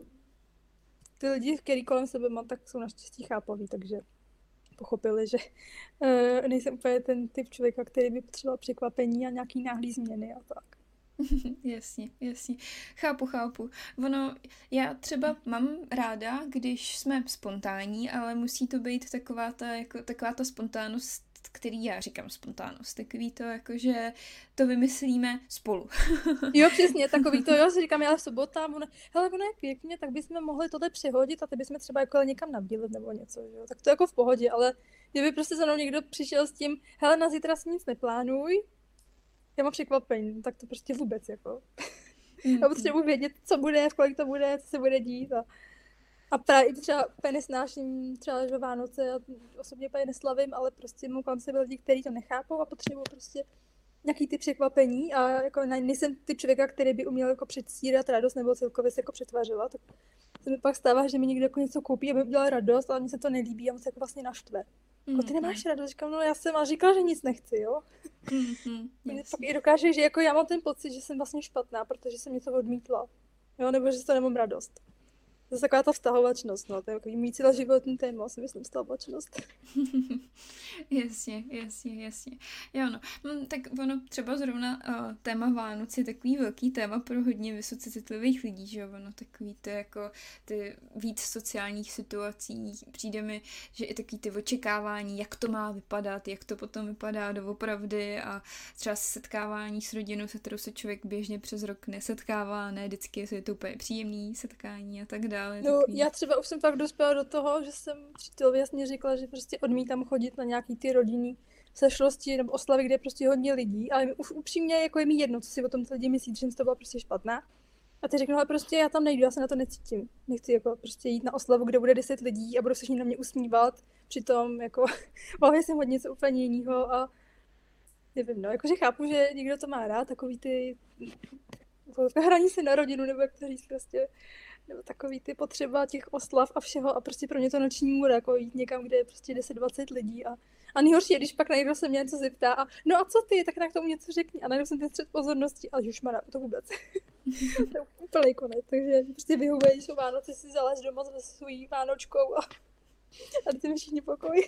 ty lidi, který kolem sebe mám, tak jsou naštěstí chápaví, takže pochopili, že uh, nejsem úplně ten typ člověka, který by potřeboval překvapení a nějaký náhlý změny a tak.
Jasně, jasně. Chápu, chápu. Ono, já třeba mám ráda, když jsme spontánní, ale musí to být taková ta, jako, taková ta spontánnost který já říkám spontánnost, takový to jako, že to vymyslíme spolu.
Jo, přesně, takový to, jo, si říkám, ale sobota, ono, hele, ono je pěkně, tak bychom mohli tohle přehodit a ty bychom třeba jako někam nabílet nebo něco, jo, tak to jako v pohodě, ale kdyby prostě za mnou někdo přišel s tím, hele, na zítra si nic neplánuj, já mám překvapení, tak to prostě vůbec, jako. Mm. Já potřebuji vědět, co bude, v kolik to bude, co se bude dít a A právě třeba úplně nesnáším třeba že Vánoce, já osobně úplně neslavím, ale prostě mám kolem sebe lidi, kteří to nechápou a potřebují prostě nějaký ty překvapení a jako nejsem typ člověka, který by uměl jako předstírat radost nebo celkově se jako přetvařovat. Tak se mi pak stává, že mi někdo jako něco koupí, aby mi udělal radost, ale mně se to nelíbí a on se jako vlastně naštve. Mm-hmm. Jako ty nemáš radost, říkám, no já jsem a říkala, že nic nechci, jo. Mm-hmm. Pak i dokáže, že jako já mám ten pocit, že jsem vlastně špatná, protože jsem něco odmítla, jo, nebo že z toho nemám radost. To je taková ta vztahovačnost, no, to je takový můj celoživotní téma, si myslím, vztahovačnost.
Jasně, jasně, jasně. Jo, no, hm, tak ono třeba zrovna uh, téma Vánoc je takový velký téma pro hodně vysoce citlivých lidí, že jo, ono takový to jako ty víc sociálních situací, přijde mi, že i takový ty očekávání, jak to má vypadat, jak to potom vypadá doopravdy a třeba setkávání s rodinou, se kterou se člověk běžně přes rok nesetkává, ne vždycky je to úplně příjemný setkání a tak dále.
No, já třeba už jsem pak dospěla do toho, že jsem přítelovi jasně řekla, že prostě odmítám chodit na nějaký ty rodinný sešlosti nebo oslavy, kde je prostě hodně lidí, ale už upřímně jako je mi jedno, co si o tom ty lidi myslí, že jsem to byla prostě špatná. A ty řeknu, ale prostě já tam nejdu, já se na to necítím. Nechci jako prostě jít na oslavu, kde bude deset lidí a budou se všichni na mě usmívat, přitom jako hlavně jsem hodně něco úplně jiného a nevím, no, jakože chápu, že někdo to má rád, takový ty hraní se na rodinu, nebo jak to říct prostě, nebo takový ty potřeba těch oslav a všeho a prostě pro mě to noční můra, jako jít někam, kde je prostě deset dvacet lidí a, a nejhorší je, když pak někdo se mě něco zeptá a no a co ty, tak na k tomu něco řekni a najednou jsem ten střed pozornosti a ježmana, to vůbec. To je úplný konec, takže prostě vyhovuje, když jsou Vánoce, si zalez doma se svojí vánočkou a, a ty mi všichni pokoj.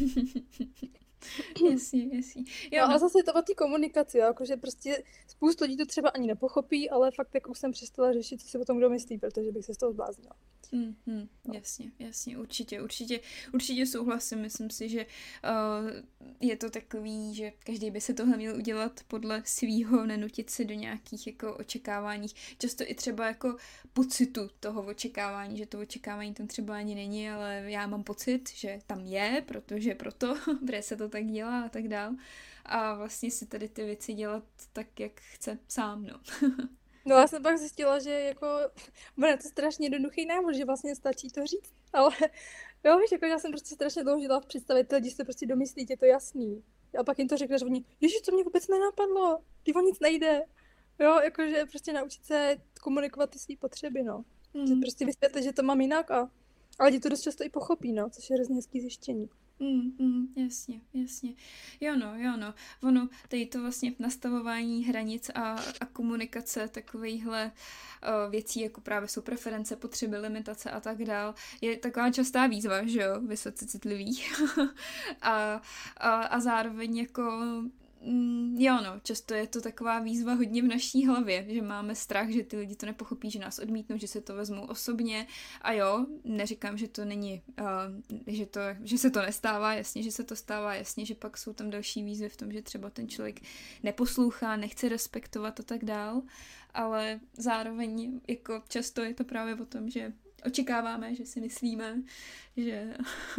Jasně, jasně. Jo,
no,
no.
A zase je to o té komunikaci, jo, jakože prostě spoustu lidí to třeba ani nepochopí, ale fakt jako už jsem přestala řešit, co si o tom kdo myslí, protože bych se z toho zbláznila.
Mm, mm, no. Jasně, jasně, určitě, určitě, určitě souhlasím, myslím si, že uh, je to takový, že každý by se tohle měl udělat podle svýho, nenutit se do nějakých jako očekávání, často i třeba jako pocitu toho očekávání, že to očekávání tam třeba ani není, ale já mám pocit, že tam je, protože proto, protože se to tak dělá a tak dál a vlastně si tady ty věci dělat tak, jak chce sám, no.
No já jsem pak zjistila, že jako, bude to strašně jednoduchý návod, že vlastně stačí to říct, ale jo, víš, jako já jsem prostě strašně dlouho žila v představě, ty lidi se prostě domyslí, je to jasný. A pak jim to řekla, že oni, ježiš, to mě vůbec nenapadlo, ty nic nejde. Jo, jakože prostě naučit se komunikovat ty své potřeby, no. Mm. Že prostě vysvětlit, že to mám jinak a, a lidi to dost často i pochopí, no, což je hrozně hezký zjištění.
Mm, mm, jasně, jasně. Jo no, jo no. Ono, tady to vlastně nastavování hranic a, a komunikace takovýchhle uh, věcí, jako právě jsou preference, potřeby, limitace a tak dál, je taková častá výzva, že jo, vysoce citlivý. a, a, a zároveň jako Mm, jo no, často je to taková výzva hodně v naší hlavě, že máme strach, že ty lidi to nepochopí, že nás odmítnou, že se to vezmou osobně a jo, neříkám, že to není, uh, že, to, že se to nestává, jasně, že se to stává, jasně, že pak jsou tam další výzvy v tom, že třeba ten člověk neposlouchá, nechce respektovat a tak dál, ale zároveň jako často je to právě o tom, že očekáváme, že si myslíme, že,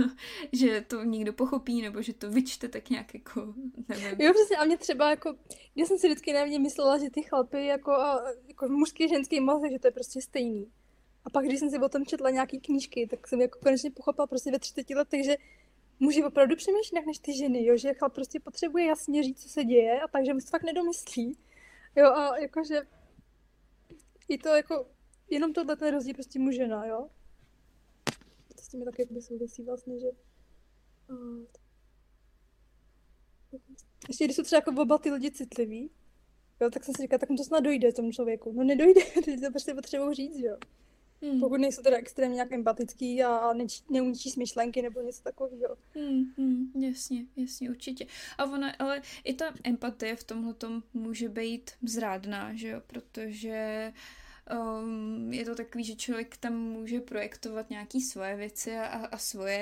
že to někdo pochopí, nebo že to vyčte tak nějak jako, nevím.
Jo, přesně, a mě třeba jako, já jsem si vždycky na mě myslela, že ty chlapy jako, jako mužský, ženský mozek, že to je prostě stejný. A pak, když jsem si o tom četla nějaký knížky, tak jsem jako konečně pochopila prostě ve třiceti letech, že muži opravdu přemýšlí jinak než ty ženy, jo, že chlap prostě potřebuje jasně říct, co se děje a takže mu se fakt nedomyslí. Jo, a jakože i to jako jenom tohle ten rozdíl prostě mu žena, jo. To s tím taky jakoby souvisí vlastně, že... Uh, ještě když jsou třeba jako oba ty lidi citliví, jo, tak jsem si říkala, tak mu to snad dojde tomu člověku. No nedojde, ty to prostě potřebují říct, jo. Hmm. Pokud nejsou teda extrémně nějak empatický a, a neuničí smyšlenky nebo něco takového.
Hmm, hmm, jasně, jasně, určitě. A ona, ale i ta empatie v tomhletom může být zrádná, že jo, protože Um, je to takový, že člověk tam může projektovat nějaké svoje věci a, a svoje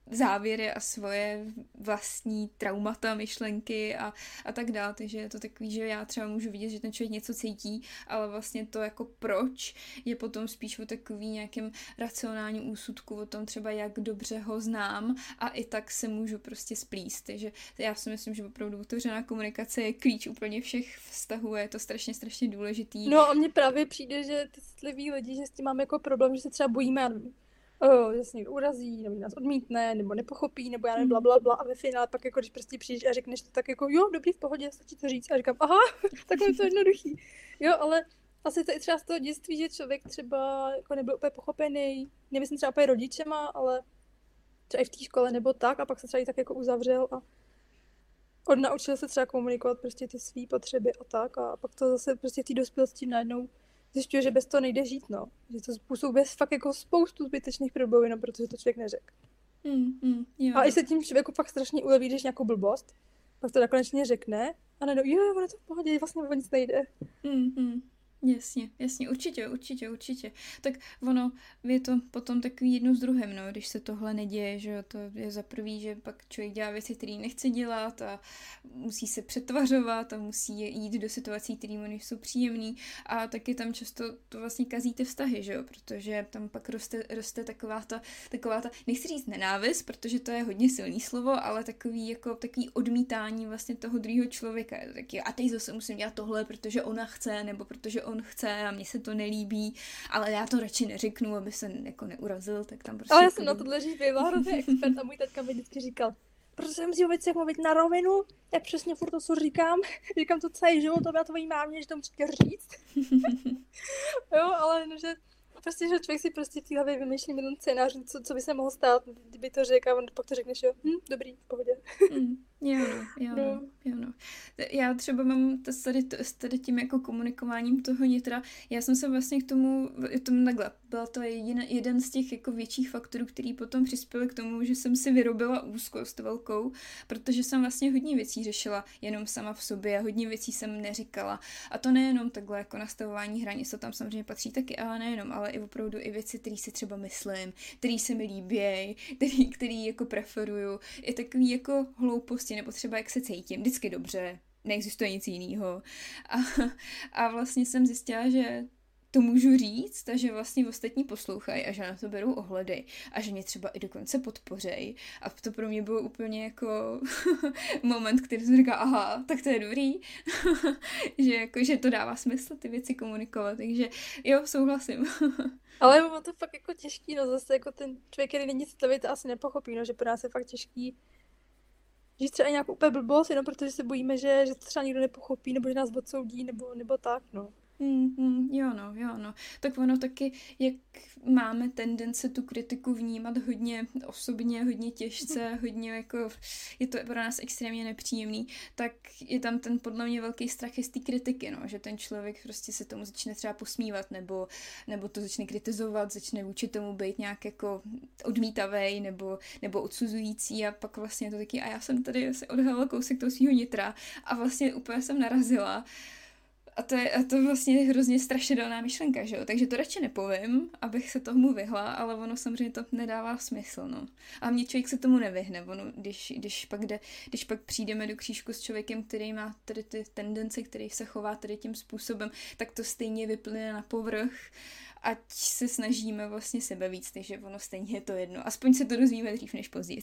závěry a svoje vlastní traumata, myšlenky a, a tak dále. Takže je to takový, že já třeba můžu vidět, že ten člověk něco cítí, ale vlastně to jako proč je potom spíš o takový nějakém racionálním úsudku, o tom třeba jak dobře ho znám a i tak se můžu prostě splíst. Takže já si myslím, že opravdu otevřená komunikace je klíč úplně všech vztahů a je to strašně, strašně důležitý.
No a mně právě přijde, že ty citliví lidi, že s tím máme jako problém, že se třeba bojíme, já nevím, oh, že se někdo urazí, nebo nás odmítne, nebo nepochopí, nebo já nevím, bla, bla, bla, a ve finále pak jako, když prostě přijdeš a řekneš to tak jako, jo, dobrý, v pohodě, stačí to říct, a říkám, aha, takhle je to jednoduchý. Jo, ale asi to je třeba z toho dětství, že člověk třeba jako nebyl úplně pochopený, nemyslím třeba úplně rodičema, ale třeba i v té škole nebo tak, a pak se třeba i tak jako uzavřel a odnaučil se třeba komunikovat prostě ty svý potřeby a tak, a pak to zase prostě v té dospělosti najednou zjišťuje, že bez toho nejde žít, no. Že to způsobuje fakt jako spoustu zbytečných problémů, jenom protože to člověk neřekl.
Mm, mm,
a i se tím člověku fakt strašně uleví, když nějakou blbost, pak to nakonečně řekne a najednou, jo, ono to v pohodě, vlastně o nic nejde.
Mm, mm. Jasně, jasně, určitě, určitě, určitě. Tak ono je to potom takový jedno s druhým, no, když se tohle neděje, že jo, to je za prvý, že pak člověk dělá věci, které nechce dělat a musí se přetvařovat a musí jít do situací, které mu nejsou příjemný a taky tam často to vlastně kazí ty vztahy, že jo, protože tam pak roste, roste taková ta, taková ta, nechci říct nenávist, protože to je hodně silný slovo, ale takový jako takový odmítání vlastně toho druhého člověka, taky a teď zase musím dělat tohle, protože ona chce, nebo protože on chce a mně se to nelíbí, ale já to radši neřeknu, aby se jako neurazil, tak tam prostě...
Ale já jsem na tohle říct byla hrozně expert a můj taťka mi vždycky říkal, protože musím věci jak mluvit na rovinu, já přesně furt to, co říkám, říkám to celý život, to já tvojí mámě, že to musím říct. Jo, ale no, že prostě, že člověk si prostě v té hlavě vymýšlí milion scénářů, co, co by se mohlo stát, kdyby to řekl a on pak to řekneš, jo, hm, dobrý, v pohodě.
Mm, jo, no, jo, no, jo, no. Já třeba mám tady, tady tím jako komunikováním toho nitra, já jsem se vlastně k tomu, tomu takhle, byla to jeden, jeden z těch jako větších faktorů, který potom přispěl k tomu, že jsem si vyrobila úzkost velkou, protože jsem vlastně hodně věcí řešila jenom sama v sobě a hodně věcí jsem neříkala. A to nejenom takhle jako nastavování hranic, to tam samozřejmě patří taky, ale nejenom, ale i opravdu i věci, které si třeba myslím, které se mi líbí, který, který jako preferuju, i takový jako hlouposti, nebo třeba jak se cítím, vždycky dobře, neexistuje nic jiného. A, a vlastně jsem zjistila, že to můžu říct, a že vlastně ostatní poslouchají a že na to berou ohledy a že mě třeba i dokonce podpořej. A to pro mě bylo úplně jako moment, který jsem říkala, aha, tak to je dobrý, že, jako, že to dává smysl ty věci komunikovat, takže jo, souhlasím.
Ale ono to fakt jako těžký, no zase jako ten člověk, který není citlivý, to asi nepochopí, no, že pro nás je fakt těžký říct třeba nějakou úplně blbost, jenom protože se bojíme, že, že to třeba nikdo nepochopí, nebo že nás odsoudí, nebo, nebo tak, no.
Mm, mm, jo no, jo no. Tak ono taky, jak máme tendence tu kritiku vnímat hodně osobně, hodně těžce, hodně jako, je to pro nás extrémně nepříjemný, tak je tam ten podle mě velký strach z té kritiky, no, že ten člověk prostě se tomu začne třeba posmívat, nebo, nebo to začne kritizovat, začne vůči tomu být nějak jako odmítavej, nebo, nebo odsuzující a pak vlastně to taky, a já jsem tady se odhalila kousek toho svýho nitra a vlastně úplně jsem narazila. A to je a to vlastně hrozně strašidelná myšlenka, že jo? Takže to radši nepovím, abych se tomu vyhla, ale ono samozřejmě to nedává smysl, no. A mě člověk se tomu nevyhne, ono, když, když, pak jde, když pak přijdeme do křížku s člověkem, který má tady ty tendence, který se chová tady tím způsobem, tak to stejně vyplyne na povrch, ať se snažíme vlastně sebe víc, takže ono stejně je to jedno. Aspoň se to dozvíme dřív než později.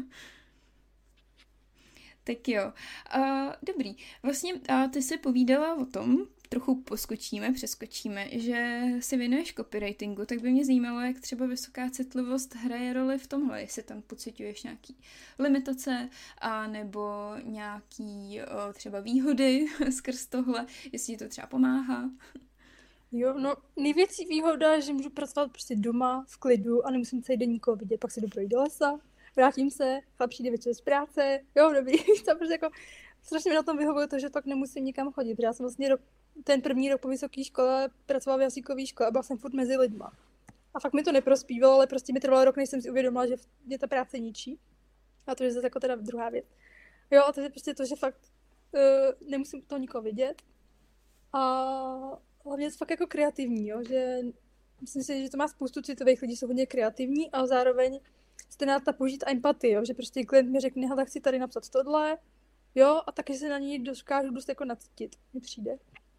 Tak jo, uh, dobrý. Vlastně uh, ty jsi povídala o tom, trochu poskočíme, přeskočíme, že si věnuješ copywritingu, tak by mě zajímalo, jak třeba vysoká citlivost hraje roli v tomhle, jestli tam pociťuješ nějaký limitace a nebo nějaký uh, třeba výhody skrz tohle, jestli ti to třeba pomáhá.
Jo, no největší výhoda, že můžu pracovat prostě doma v klidu a nemusím celý den nikoho vidět, pak se jdu projít do lesa. Vrátím se, chlap přijde večer z práce, jo, dobrý, to prostě jako strašně mi na tom vyhovuje to, že pak nemusím nikam chodit, protože já jsem vlastně rok, ten první rok po vysoké škole pracovala v jazykové škole a byla jsem furt mezi lidma. A fakt mi to neprospívalo, ale prostě mi trvalo rok, než jsem si uvědomila, že mě ta práce ničí. A to je zase jako teda druhá věc. Jo, a to je prostě to, že fakt uh, nemusím toho nikoho vidět. A hlavně je to fakt jako kreativní, jo, že myslím si, že to má spoustu citových lidí, jsou hodně kreativní a zároveň stejná ta použít empatii, jo, že prostě klient mi řekne, hele, chci tady napsat tohle, jo, a taky se na ní dokážu dost jako nacítit, mi přijde.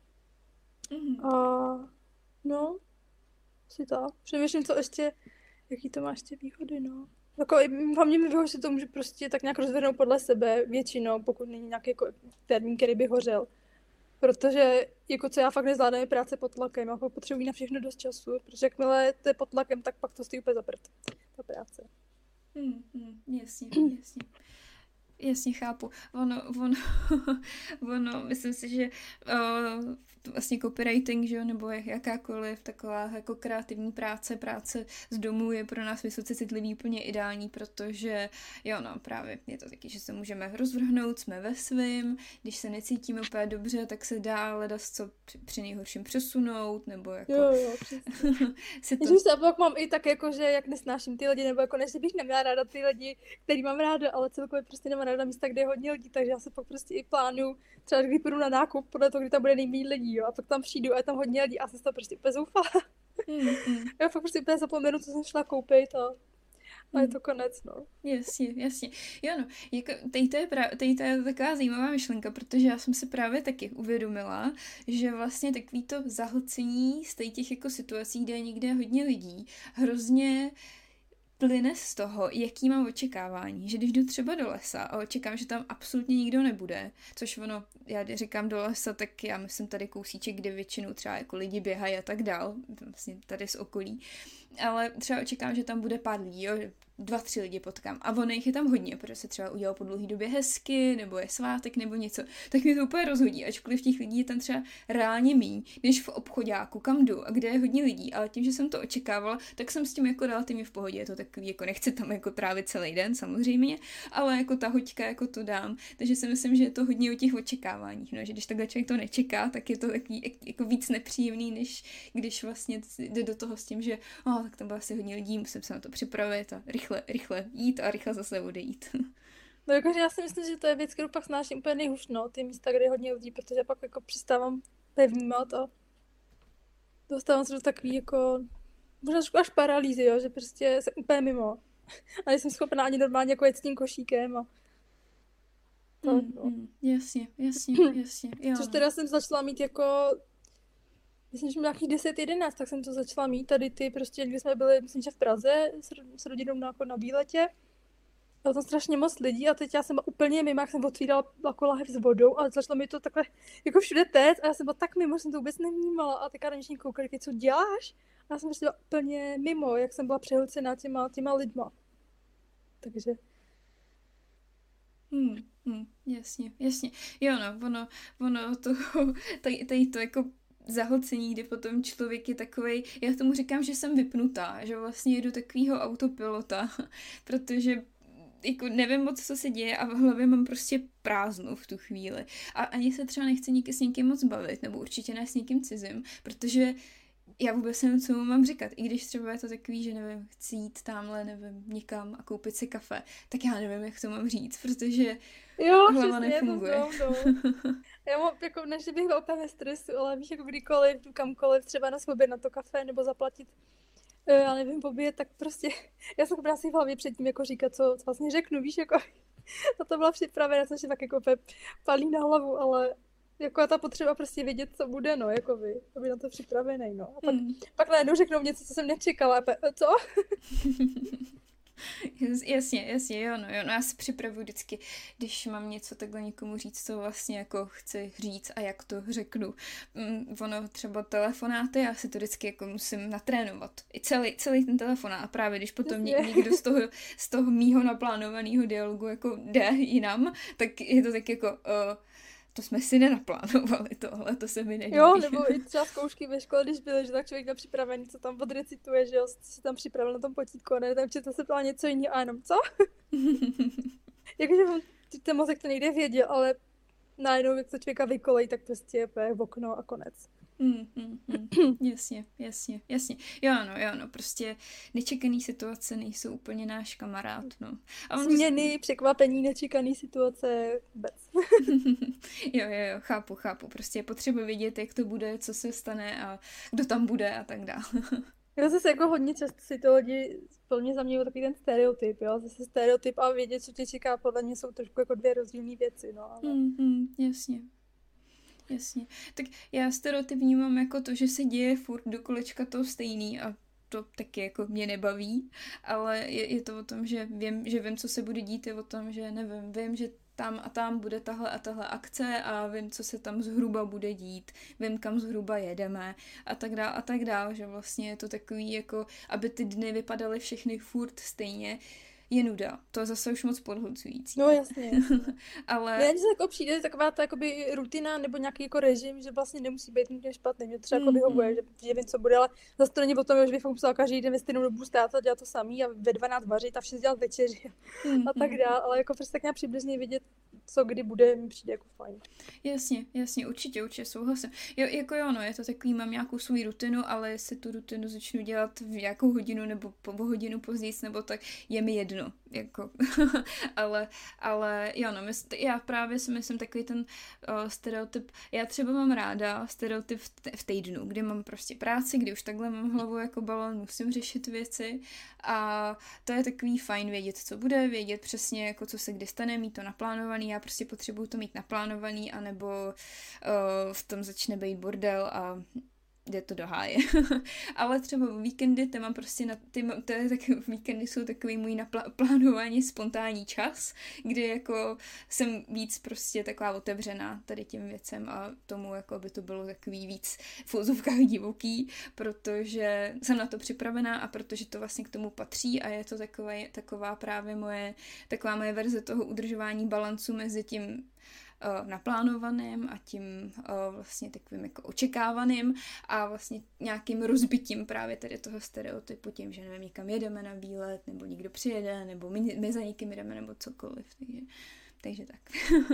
Mm.
A no, si to. Přemýšlím, co ještě, jaký to má ještě výhody, no. Jako, hlavně mi vyhoří to může prostě tak nějak rozvrhnout podle sebe většinou, pokud není nějaký jako termín, který by hořel. Protože jako co já fakt nezvládám je práce pod tlakem, já potřebuji na všechno dost času, protože jakmile to je pod tlakem, tak pak to stojí úplně za prd, ta práce.
Hmm, hmm, jasně, jasně. Jasně, chápu. Ono, ono, ono, myslím si, že uh, vlastně copywriting, že jo, nebo jakákoliv taková jako kreativní práce, práce z domu je pro nás vysoce citlivý, úplně ideální, protože jo, no, právě je to taky, že se můžeme rozvrhnout, jsme ve svým, když se necítíme úplně dobře, tak se dá hledat, co při, při nejhorším přesunout, nebo jako...
Jo, jo, si to... Ježiš, a pak mám i tak jako, že jak nesnáším ty lidi, nebo jako než bych neměla ráda ty lidi, který mám ráda, ale celkově prostě nemám ráda místa, kde je hodně lidí, takže já se pak prostě i plánuju, třeba když půjdu na nákup, podle toho, kdy tam bude nejméně lidí, jo, a pak tam přijdu a je tam hodně lidí a jsem z toho prostě úplně zoufala. Mm, mm. Já fakt prostě úplně zapomenu, co jsem šla koupit a, a je to konec, no.
Jasně, jasně. Jo, no, jako, tady to je, pra- tady to je taková zajímavá myšlenka, protože já jsem si právě taky uvědomila, že vlastně takový to zahlcení z těch jako situací, kde je někde hodně lidí, hrozně plyne z toho, jaký mám očekávání, že když jdu třeba do lesa a očekám, že tam absolutně nikdo nebude, což ono, já říkám do lesa, tak já myslím tady kousíček, kde většinou třeba jako lidi běhají a tak dál, vlastně tady z okolí, ale třeba očekám, že tam bude pár lidí, jo, dva, tři lidi potkám a ono jich je tam hodně, protože se třeba udělalo po dlouhý době hezky, nebo je svátek, nebo něco, tak mě to úplně rozhodí, ačkoliv těch lidí je tam třeba reálně míň, než v obchodáku, kam jdu a kde je hodně lidí, ale tím, že jsem to očekávala, tak jsem s tím jako relativně v pohodě, je to takový, jako nechci tam jako trávit celý den samozřejmě, ale jako ta hoďka, jako to dám, takže si myslím, že je to hodně o těch očekáváních, no, že když takhle člověk to nečeká, tak je to takový jako víc nepříjemný, než když vlastně jde do toho s tím, že oh, tak tam bylo asi hodně lidí, musím se na to připravit a rychle, rychle jít a rychle zase odejít.
No jakože já si myslím, že to je věc, kterou pak snáším úplně nejhůř, no, ty místa, kde je hodně lidí, protože pak jako přistávám pevnímat a dostávám se do takový jako, možná až paralýzy, jo, že prostě jsem úplně mimo. A nejsem schopná ani normálně jako jet s tím košíkem a
to, mm, no. mm, jasně, jasně, jasně. Jo,
což teda jsem začala mít jako, myslím, že nějakých deset jedenáct, tak jsem to začala mít tady ty prostě, když jsme byli, myslím, že v Praze s, s rodinou na, na výletě. Bylo tam strašně moc lidí a teď já jsem byla úplně mimo, jak jsem otvírala jako lahev s vodou a začalo mi to takhle jako všude téct a já jsem byla tak mimo, že jsem to vůbec nevnímala a teďka na mě koukali, co děláš? A já jsem prostě byla úplně mimo, jak jsem byla přehlcená těma, těma lidma. Takže...
Hmm, hmm, jasně, jasně. Jo no, ono, ono to, tady, tady to jako zahlcení, kdy potom člověk je takovej, já tomu říkám, že jsem vypnutá, že vlastně jedu takovýho autopilota, protože jako nevím moc, co se děje a v hlavě mám prostě prázdno v tu chvíli. A ani se třeba nechci nikdy s někým moc bavit, nebo určitě ne s někým cizím, protože já vůbec nevím, co mu mám říkat. I když třeba je to takový, že nevím, chci jít tamhle, nevím, někam a koupit si kafe, tak já nevím, jak to mám říct, protože
jo,
hlava nefunguje.
Jo, já mám, jako, než bych byla úplně ve stresu, ale víš, jako kdykoliv, kamkoliv, třeba na sobě na to kafe, nebo zaplatit, já nevím, pobět, tak prostě, já jsem schopná si v hlavě předtím jako říkat, co, co vlastně řeknu, víš, jako, na to byla připravená, což je tak jako palí na hlavu, ale jako ta potřeba prostě vědět, co bude, no, jako vy, aby na to připravený, no. A pak, hmm. pak najednou řeknou něco, co jsem nečekala, a co?
Jasně, jasně, jo, no, jo, no já si připravuji vždycky, když mám něco takhle někomu říct, co vlastně jako chci říct a jak to řeknu. Mm, ono třeba telefonáty, já si to vždycky jako musím natrénovat. I celý, celý ten telefonát a právě když potom ně, někdo z toho, z toho mýho naplánovaného dialogu jako jde jinam, tak je to tak jako... Uh, to jsme si nenaplánovali tohle, to se mi nelíbí.
Jo, nebo i třeba zkoušky ve škole, když byly, že tak člověk byl připravený, co tam odrecituje, že jo, si tam připravil na tom potítku, a ne, tam četl se ptala něco jiného a jenom, co? Jakože ten mozek to někde věděl, ale najednou, jak to člověka vykolej, tak prostě je v okno a konec.
Mm, mm, mm. Jasně, jasně, jasně. Jo, no, jo, no, prostě nečekaný situace nejsou úplně náš kamarád, no.
A on změny, překvapení, nečekaný situace, vůbec.
jo, jo, jo, chápu, chápu. Prostě je potřeba vědět, jak to bude, co se stane a kdo tam bude a tak dále.
Já zase jako hodně často si to lidi plně zaměňují takový ten stereotyp, jo. Zase stereotyp a vědět, co tě čeká, podle mě jsou trošku jako dvě rozdílné věci, no ale...
Mm, mm, jasně. Jasně. Tak já stereotyp vnímám jako to, že se děje furt do kolečka to stejný a to taky jako mě nebaví, ale je, je to o tom, že vím, že vím, co se bude dít, je o tom, že nevím, vím, že tam a tam bude tahle a tahle akce a vím, co se tam zhruba bude dít, vím, kam zhruba jedeme a tak dál a tak dál, že vlastně je to takový jako, aby ty dny vypadaly všechny furt stejně, je nuda. To je zase už moc podhlcující.
No jasně. jasně.
Ale...
Mně se jako přijde taková ta jakoby rutina nebo nějaký jako režim, že vlastně nemusí být nutně špatný. Mě třeba mm, jako vyhovuje, mm. že, že vím, co bude, ale zase to není o tom, že bych musela každý den ve stejnou dobu stát a dělat to samý a ve dvanáct vařit a vše dělat večeři mm, a tak dál, ale jako prostě tak nějak přibližně vidět, co kdy bude, mi přijde jako fajn.
Jasně, jasně, určitě, určitě souhlasím. Jo, jako jo, no, je to takový, mám nějakou svou rutinu, ale jestli tu rutinu začnu dělat v nějakou hodinu nebo po hodinu později, nebo tak je mi jedno, jako. ale, ale jo, no, mys- já právě si myslím takový ten uh, stereotyp, já třeba mám ráda stereotyp v, t- v týdnu, kdy mám prostě práci, kdy už takhle mám hlavu jako balon, musím řešit věci a to je takový fajn vědět, co bude, vědět přesně, jako co se kdy stane, mít to naplánovaný, já prostě potřebuju to mít naplánovaný, anebo uh, v tom začne být bordel a jde to do háje. Ale třeba víkendy, ty mám prostě na, ty, to je tak, víkendy jsou takový můj naplánovaný spontánní čas, kdy jako jsem víc prostě taková otevřená tady těm věcem a tomu, jako by to bylo takový víc v úzovkách divoký, protože jsem na to připravená a protože to vlastně k tomu patří a je to taková, taková právě moje, taková moje verze toho udržování balancu mezi tím naplánovaným a tím vlastně takovým jako očekávaným a vlastně nějakým rozbitím právě tady toho stereotypu tím, že nevím, někam jedeme na výlet, nebo někdo přijede, nebo my, my za někým jedeme, nebo cokoliv. Takže, takže tak.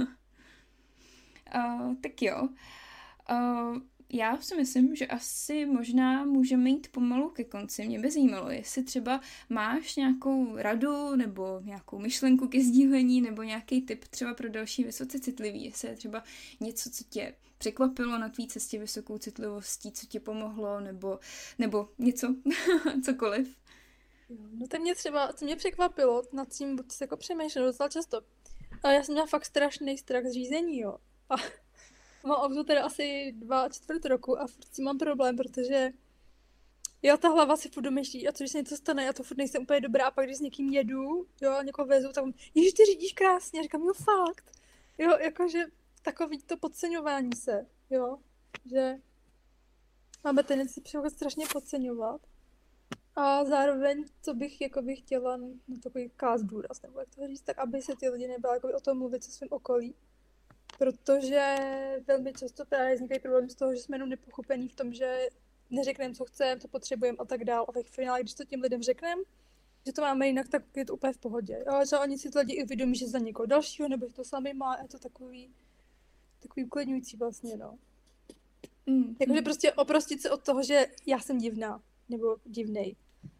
uh, tak jo. Uh, Já si myslím, že asi možná můžeme jít pomalu ke konci. Mě by zajímalo, jestli třeba máš nějakou radu nebo nějakou myšlenku ke sdílení nebo nějaký tip třeba pro další vysoce citlivý, jestli je třeba něco, co tě překvapilo na tvý cestě vysokou citlivostí, co ti pomohlo, nebo, nebo něco, cokoliv.
No to mě třeba, co mě překvapilo, nad tím se jako přemýšlím docela často. Ale já jsem měla fakt strašný strach z řízení, jo. A mám auto teda asi dva čtvrt roku a furt si mám problém, protože jo, ta hlava si furt domyšlí a co když se něco stane, já to furt nejsem úplně dobrá a pak když s někým jedu, jo, a někoho vezu, tak ježiš, ty řídíš krásně, a říkám, jo, fakt. Jo, jakože takový to podceňování se, jo, že máme tendenci přehodně strašně podceňovat a zároveň, co bych jako bych chtěla na takový klást důraz, nebo jak to říct, tak aby se ty lidi nebáli jako o tom mluvit se svým okolí. Protože velmi často právě vznikají problémy z toho, že jsme jenom nepochopení v tom, že neřekneme, co chceme, co potřebujeme a tak dál. A ve finále, když to těm lidem řekneme, že to máme jinak, tak je to úplně v pohodě. Ale že oni si to lidi i uvědomí, že za někoho dalšího, nebo že to sami má, je to takový, takový uklidňující vlastně, no. Mm, Jakože mm. prostě oprostit se od toho, že já jsem divná, nebo divnej.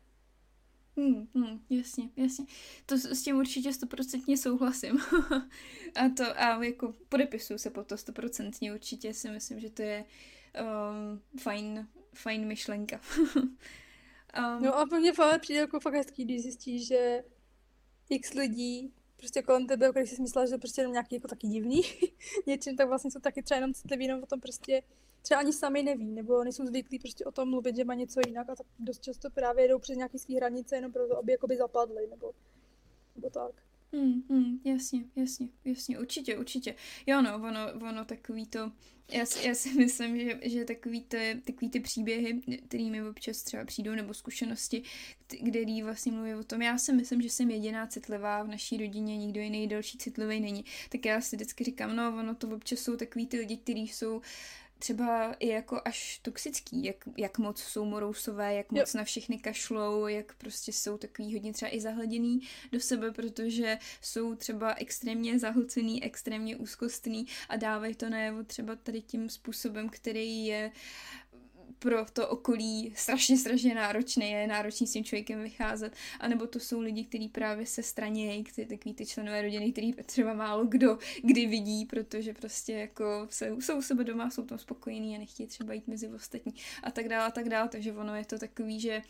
Hmm, hmm, jasně, jasně. To s, s tím určitě stoprocentně souhlasím. a to, a jako podepisuju se po to stoprocentně určitě si myslím, že to je um, fajn, fajn myšlenka. um,
no a pro mě fakt přijde jako fakt hezký, když zjistíš, že x lidí prostě kolem tebe, když jsi myslela, že to prostě jenom nějaký jako taky divný něčím, tak vlastně jsou taky třeba jenom citliví, jenom o tom prostě třeba ani sami neví, nebo nejsou zvyklí prostě o tom mluvit, že má něco jinak a tak dost často právě jedou přes nějaký svý hranice jenom proto, aby jakoby zapadly, nebo, nebo tak.
Hmm, hmm, jasně, jasně, jasně, určitě, určitě. Jo no, ono, ono takový to, já si, já si myslím, že, že takový, to, takový ty příběhy, kterými občas třeba přijdou, nebo zkušenosti, který vlastně mluví o tom, já si myslím, že jsem jediná citlivá v naší rodině, nikdo jiný další citlivý není. Tak já si vždycky říkám, no ono to občas jsou takový ty lidi, kteří jsou třeba i jako až toxický, jak, jak moc jsou morousové, jak moc jo. na všechny kašlou, jak prostě jsou takový hodně třeba i zahleděný do sebe, protože jsou třeba extrémně zahlcený, extrémně úzkostný a dávají to najevo třeba tady tím způsobem, který je pro to okolí strašně, strašně náročný, je náročný s tím člověkem vycházet, anebo to jsou lidi, kteří právě se stranějí, kteří takový ty členové rodiny, který třeba málo kdo kdy vidí, protože prostě jako se, jsou u sebe doma, jsou tam spokojení a nechtějí třeba jít mezi ostatní a tak dále a tak dále, takže ono je to takový, že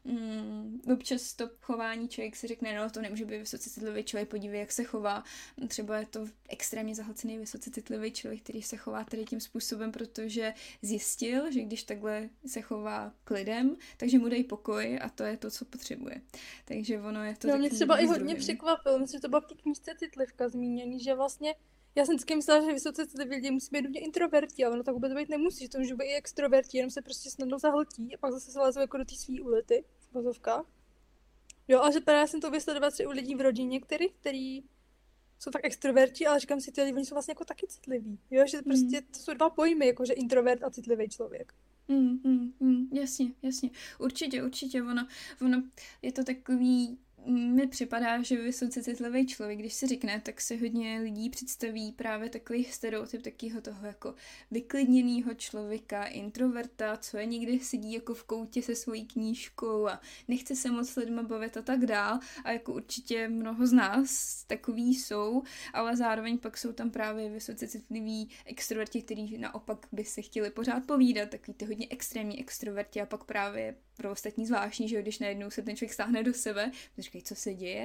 Mm, občas to chování člověk si řekne, no to nemůže být vysoce citlivý člověk, podívej, jak se chová. Třeba je to extrémně zahlcený vysoce citlivý člověk, který se chová tady tím způsobem, protože zjistil, že když takhle se chová k lidem, takže mu dají pokoj a to je to, co potřebuje. Takže ono je to
no, mě třeba i hodně překvapilo, myslím, že to byla v té knížce Citlivka zmíněný, že vlastně já jsem vždycky myslela, že vysoce citliví lidi musí být hodně introverti, ale ono tak vůbec být nemusí, že to může být i extroverti, jenom se prostě snadno zahltí a pak zase se lezou jako do té svý úlety v vozovkách. Jo, a že právě jsem to vysledovala třeba u lidí v rodině, který, který jsou tak extroverti, ale říkám si, ty lidi, oni jsou vlastně jako taky citliví. Jo, že prostě mm. to jsou dva pojmy, jako že introvert a citlivý člověk.
Mm, mm, mm, jasně, jasně. Určitě, určitě. Ono, ono je to takový, mi připadá, že vysoce citlivý člověk, když si řekne, tak se hodně lidí představí právě takový stereotyp takového toho jako vyklidněného člověka, introverta, co je někdy sedí jako v koutě se svojí knížkou a nechce se moc s lidma bavit a tak dál. A jako určitě mnoho z nás takový jsou, ale zároveň pak jsou tam právě vysoce citliví extroverti, kteří naopak by se chtěli pořád povídat, takový ty hodně extrémní extroverti a pak právě pro ostatní zvláštní, že když najednou se ten člověk stáhne do sebe, to říkají, co se děje.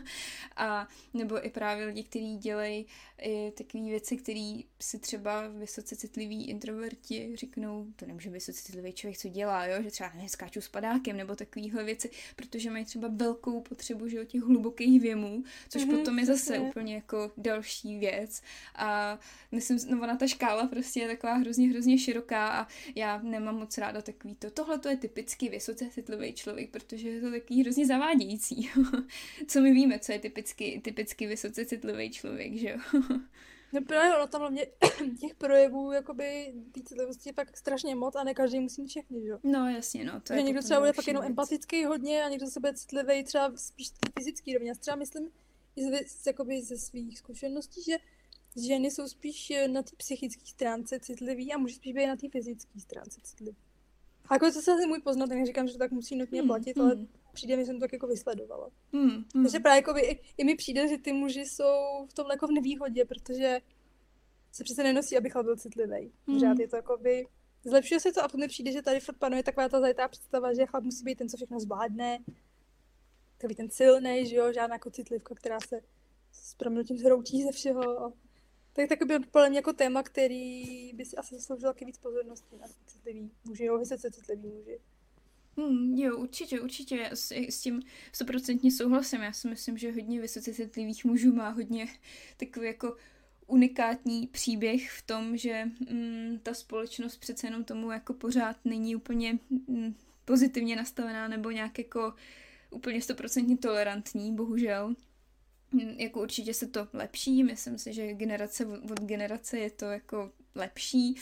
A nebo i právě lidi, kteří dělají takové věci, které si třeba vysoce citliví introverti řeknou, to nemůže vysoce citlivý člověk, co dělá, jo? Že třeba neskáču s padákem nebo takovéhle věci, protože mají třeba velkou potřebu, že o těch hlubokých věmů, což mm-hmm, potom je zase je. úplně jako další věc. A myslím, no ona ta škála prostě je taková hrozně, hrozně široká a já nemám moc ráda takový to. Tohle to je typicky vysoce citlivý člověk, protože je to takový hrozně zavádějící. Co my víme, co je typicky, typicky vysoce citlivý člověk, že jo?
No právě ono tam hlavně těch projevů, jakoby té citlivosti je fakt strašně moc a ne každý musí mít všechny, že jo?
No jasně, no. To je
někdo třeba bude fakt jenom empatický hodně a někdo se bude citlivý třeba spíš fyzický rovně. Já třeba myslím i z, jakoby ze svých zkušeností, že ženy jsou spíš na té psychické stránce citlivý a muži spíš být na té fyzické stránce citlivý. A jako to se asi můj poznatek, neříkám, že to tak musí nutně platit, hmm, ale hmm. přijde mi, že jsem to tak jako vysledovala. Hmm, hmm. Takže právě jako by, i, i mi přijde, že ty muži jsou v tom jako v nevýhodě, protože se přece nenosí, aby chlap byl citlivý. Pořád je to jako by, zlepšuje se to a potom mi přijde, že tady furt panuje taková ta zajetá představa, že chlap musí být ten, co všechno zvládne, takový ten silnej, že jo, žádná jako citlivka, která se s proměnutím zhroutí ze všeho. Tak tak by podle mě jako téma, který by si asi zasloužil taky víc pozornosti na citlivý muži, jo, vysoce citlivý muži.
Hmm, jo, určitě, určitě, s, s tím stoprocentně souhlasím. Já si myslím, že hodně vysoce citlivých mužů má hodně takový jako unikátní příběh v tom, že mm, ta společnost přece jenom tomu jako pořád není úplně mm, pozitivně nastavená nebo nějak jako úplně stoprocentně tolerantní, bohužel. Jako určitě se to lepší, myslím si, že generace od generace je to jako lepší,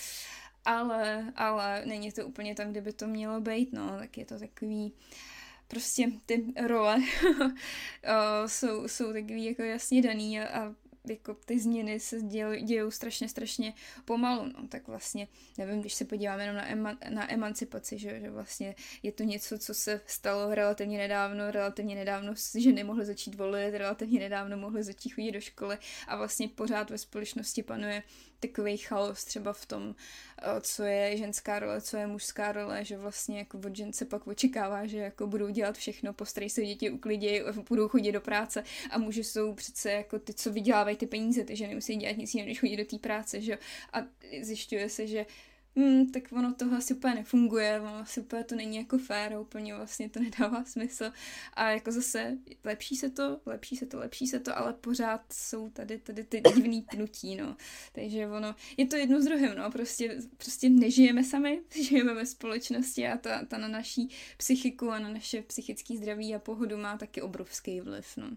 ale, ale není to úplně tam, kde by to mělo být, no, tak je to takový, prostě ty role jsou, jsou takový jako jasně daný a, a jako ty změny se dějou, dějou strašně, strašně pomalu, no, tak vlastně, nevím, když se podíváme jenom na, ema, na emancipaci, že, že vlastně je to něco, co se stalo relativně nedávno, relativně nedávno ženy mohly začít volit, relativně nedávno mohly začít chodit do školy a vlastně pořád ve společnosti panuje takovej chaos třeba v tom, co je ženská role, co je mužská role, že vlastně jako od žen se pak očekává, že jako budou dělat všechno, postarají se děti, uklidí, budou chodit do práce a muži jsou přece jako ty, co vydělávají ty peníze, ty ženy musí dělat nic jiného, než chodit do té práce, že a zjišťuje se, že Hmm, tak ono tohle asi úplně nefunguje, ono asi úplně to není jako fér, úplně vlastně to nedává smysl a jako zase lepší se to, lepší se to, lepší se to, ale pořád jsou tady, tady ty divný pnutí, no, takže ono, je to jedno s druhým, no, prostě, prostě nežijeme sami, žijeme ve společnosti a ta, ta na naší psychiku a na naše psychické zdraví a pohodu má taky obrovský vliv, no.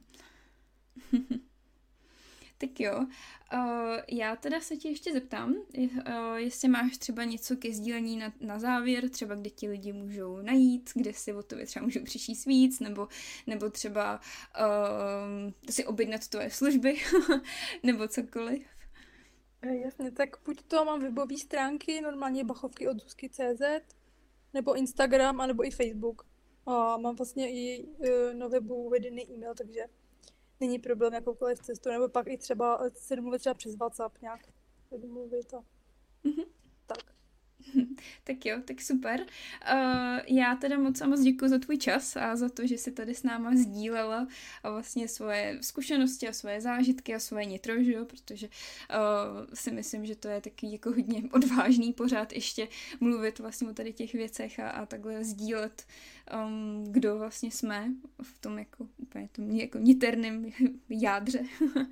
Tak jo, uh, já teda se tě ještě zeptám, uh, jestli máš třeba něco ke sdílení na, na závěr, třeba kde ti lidi můžou najít, kde si o tobě třeba můžou přičíst víc, nebo, nebo třeba uh, si objednat tvoje služby, nebo cokoliv.
Jasně, tak buď to mám webové stránky, normálně bachovky od Zuzky tečka cé zet, nebo Instagram, anebo i Facebook. A mám vlastně i uh, na webu uvedený e-mail, takže není problém jakoukoliv cestu, nebo pak i třeba se domluvit třeba přes WhatsApp nějak se domluvit a
Mhm.
tak.
Tak jo, tak super. Uh, já teda moc a moc děkuji za tvůj čas a za to, že jsi tady s náma sdílela a vlastně svoje zkušenosti a svoje zážitky a svoje nitro, že jo, protože uh, si myslím, že to je taky jako hodně odvážný pořád ještě mluvit vlastně o tady těch věcech a, a takhle sdílet, um, kdo vlastně jsme v tom jako úplně tom jako niterném jádře.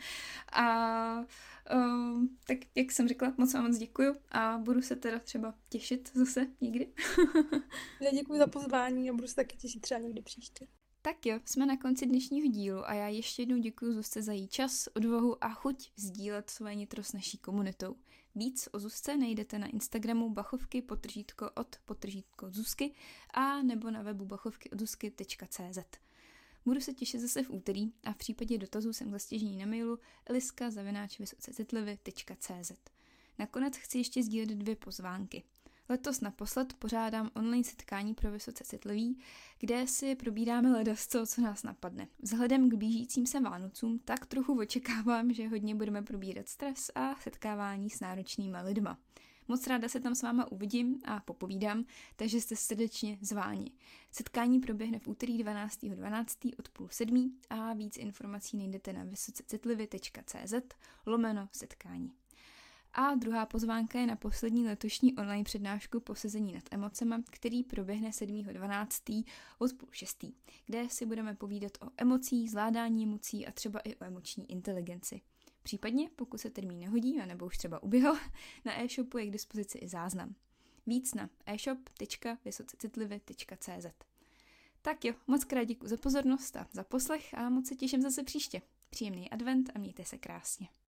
a Uh, tak jak jsem řekla, moc a moc děkuju a budu se teda třeba těšit zase někdy.
Já děkuji za pozvání a budu se taky těšit třeba někdy příště.
Tak jo, jsme na konci dnešního dílu a já ještě jednou děkuji Zuzce za její čas, odvahu a chuť sdílet své nitro s naší komunitou. Víc o Zuzce najdete na Instagramu bachovky potržítko od potržítko Zuzky a nebo na webu bachovky od zuzky tečka cé zet. Budu se těšit zase v úterý a v případě dotazů jsem zastěžení na mailu eliska zavináč vysoce citlivy tečka cé zet. Nakonec chci ještě sdílet dvě pozvánky. Letos naposled pořádám online setkání pro vysoce citlivý, kde si probíráme ledasco, co nás napadne. Vzhledem k blížícím se Vánocům tak trochu očekávám, že hodně budeme probírat stres a setkávání s náročnýma lidma. Moc ráda se tam s váma uvidím a popovídám, takže jste srdečně zváni. Setkání proběhne v úterý dvanáctého dvanáctého od půl sedmí a víc informací najdete na vysocecitlivy tečka cé zet lomeno setkání. A druhá pozvánka je na poslední letošní online přednášku Posezení nad emocema, který proběhne sedmého dvanáctého od půl šestý, kde si budeme povídat o emocích, zvládání emocí a třeba i o emoční inteligenci. Případně, pokud se termín nehodí, anebo už třeba uběhl, na e-shopu je k dispozici i záznam. Víc na e shop tečka vysocecitlivy tečka cé zet. Tak jo, moc krát děkuji za pozornost a za poslech a moc se těším zase příště. Příjemný advent a mějte se krásně.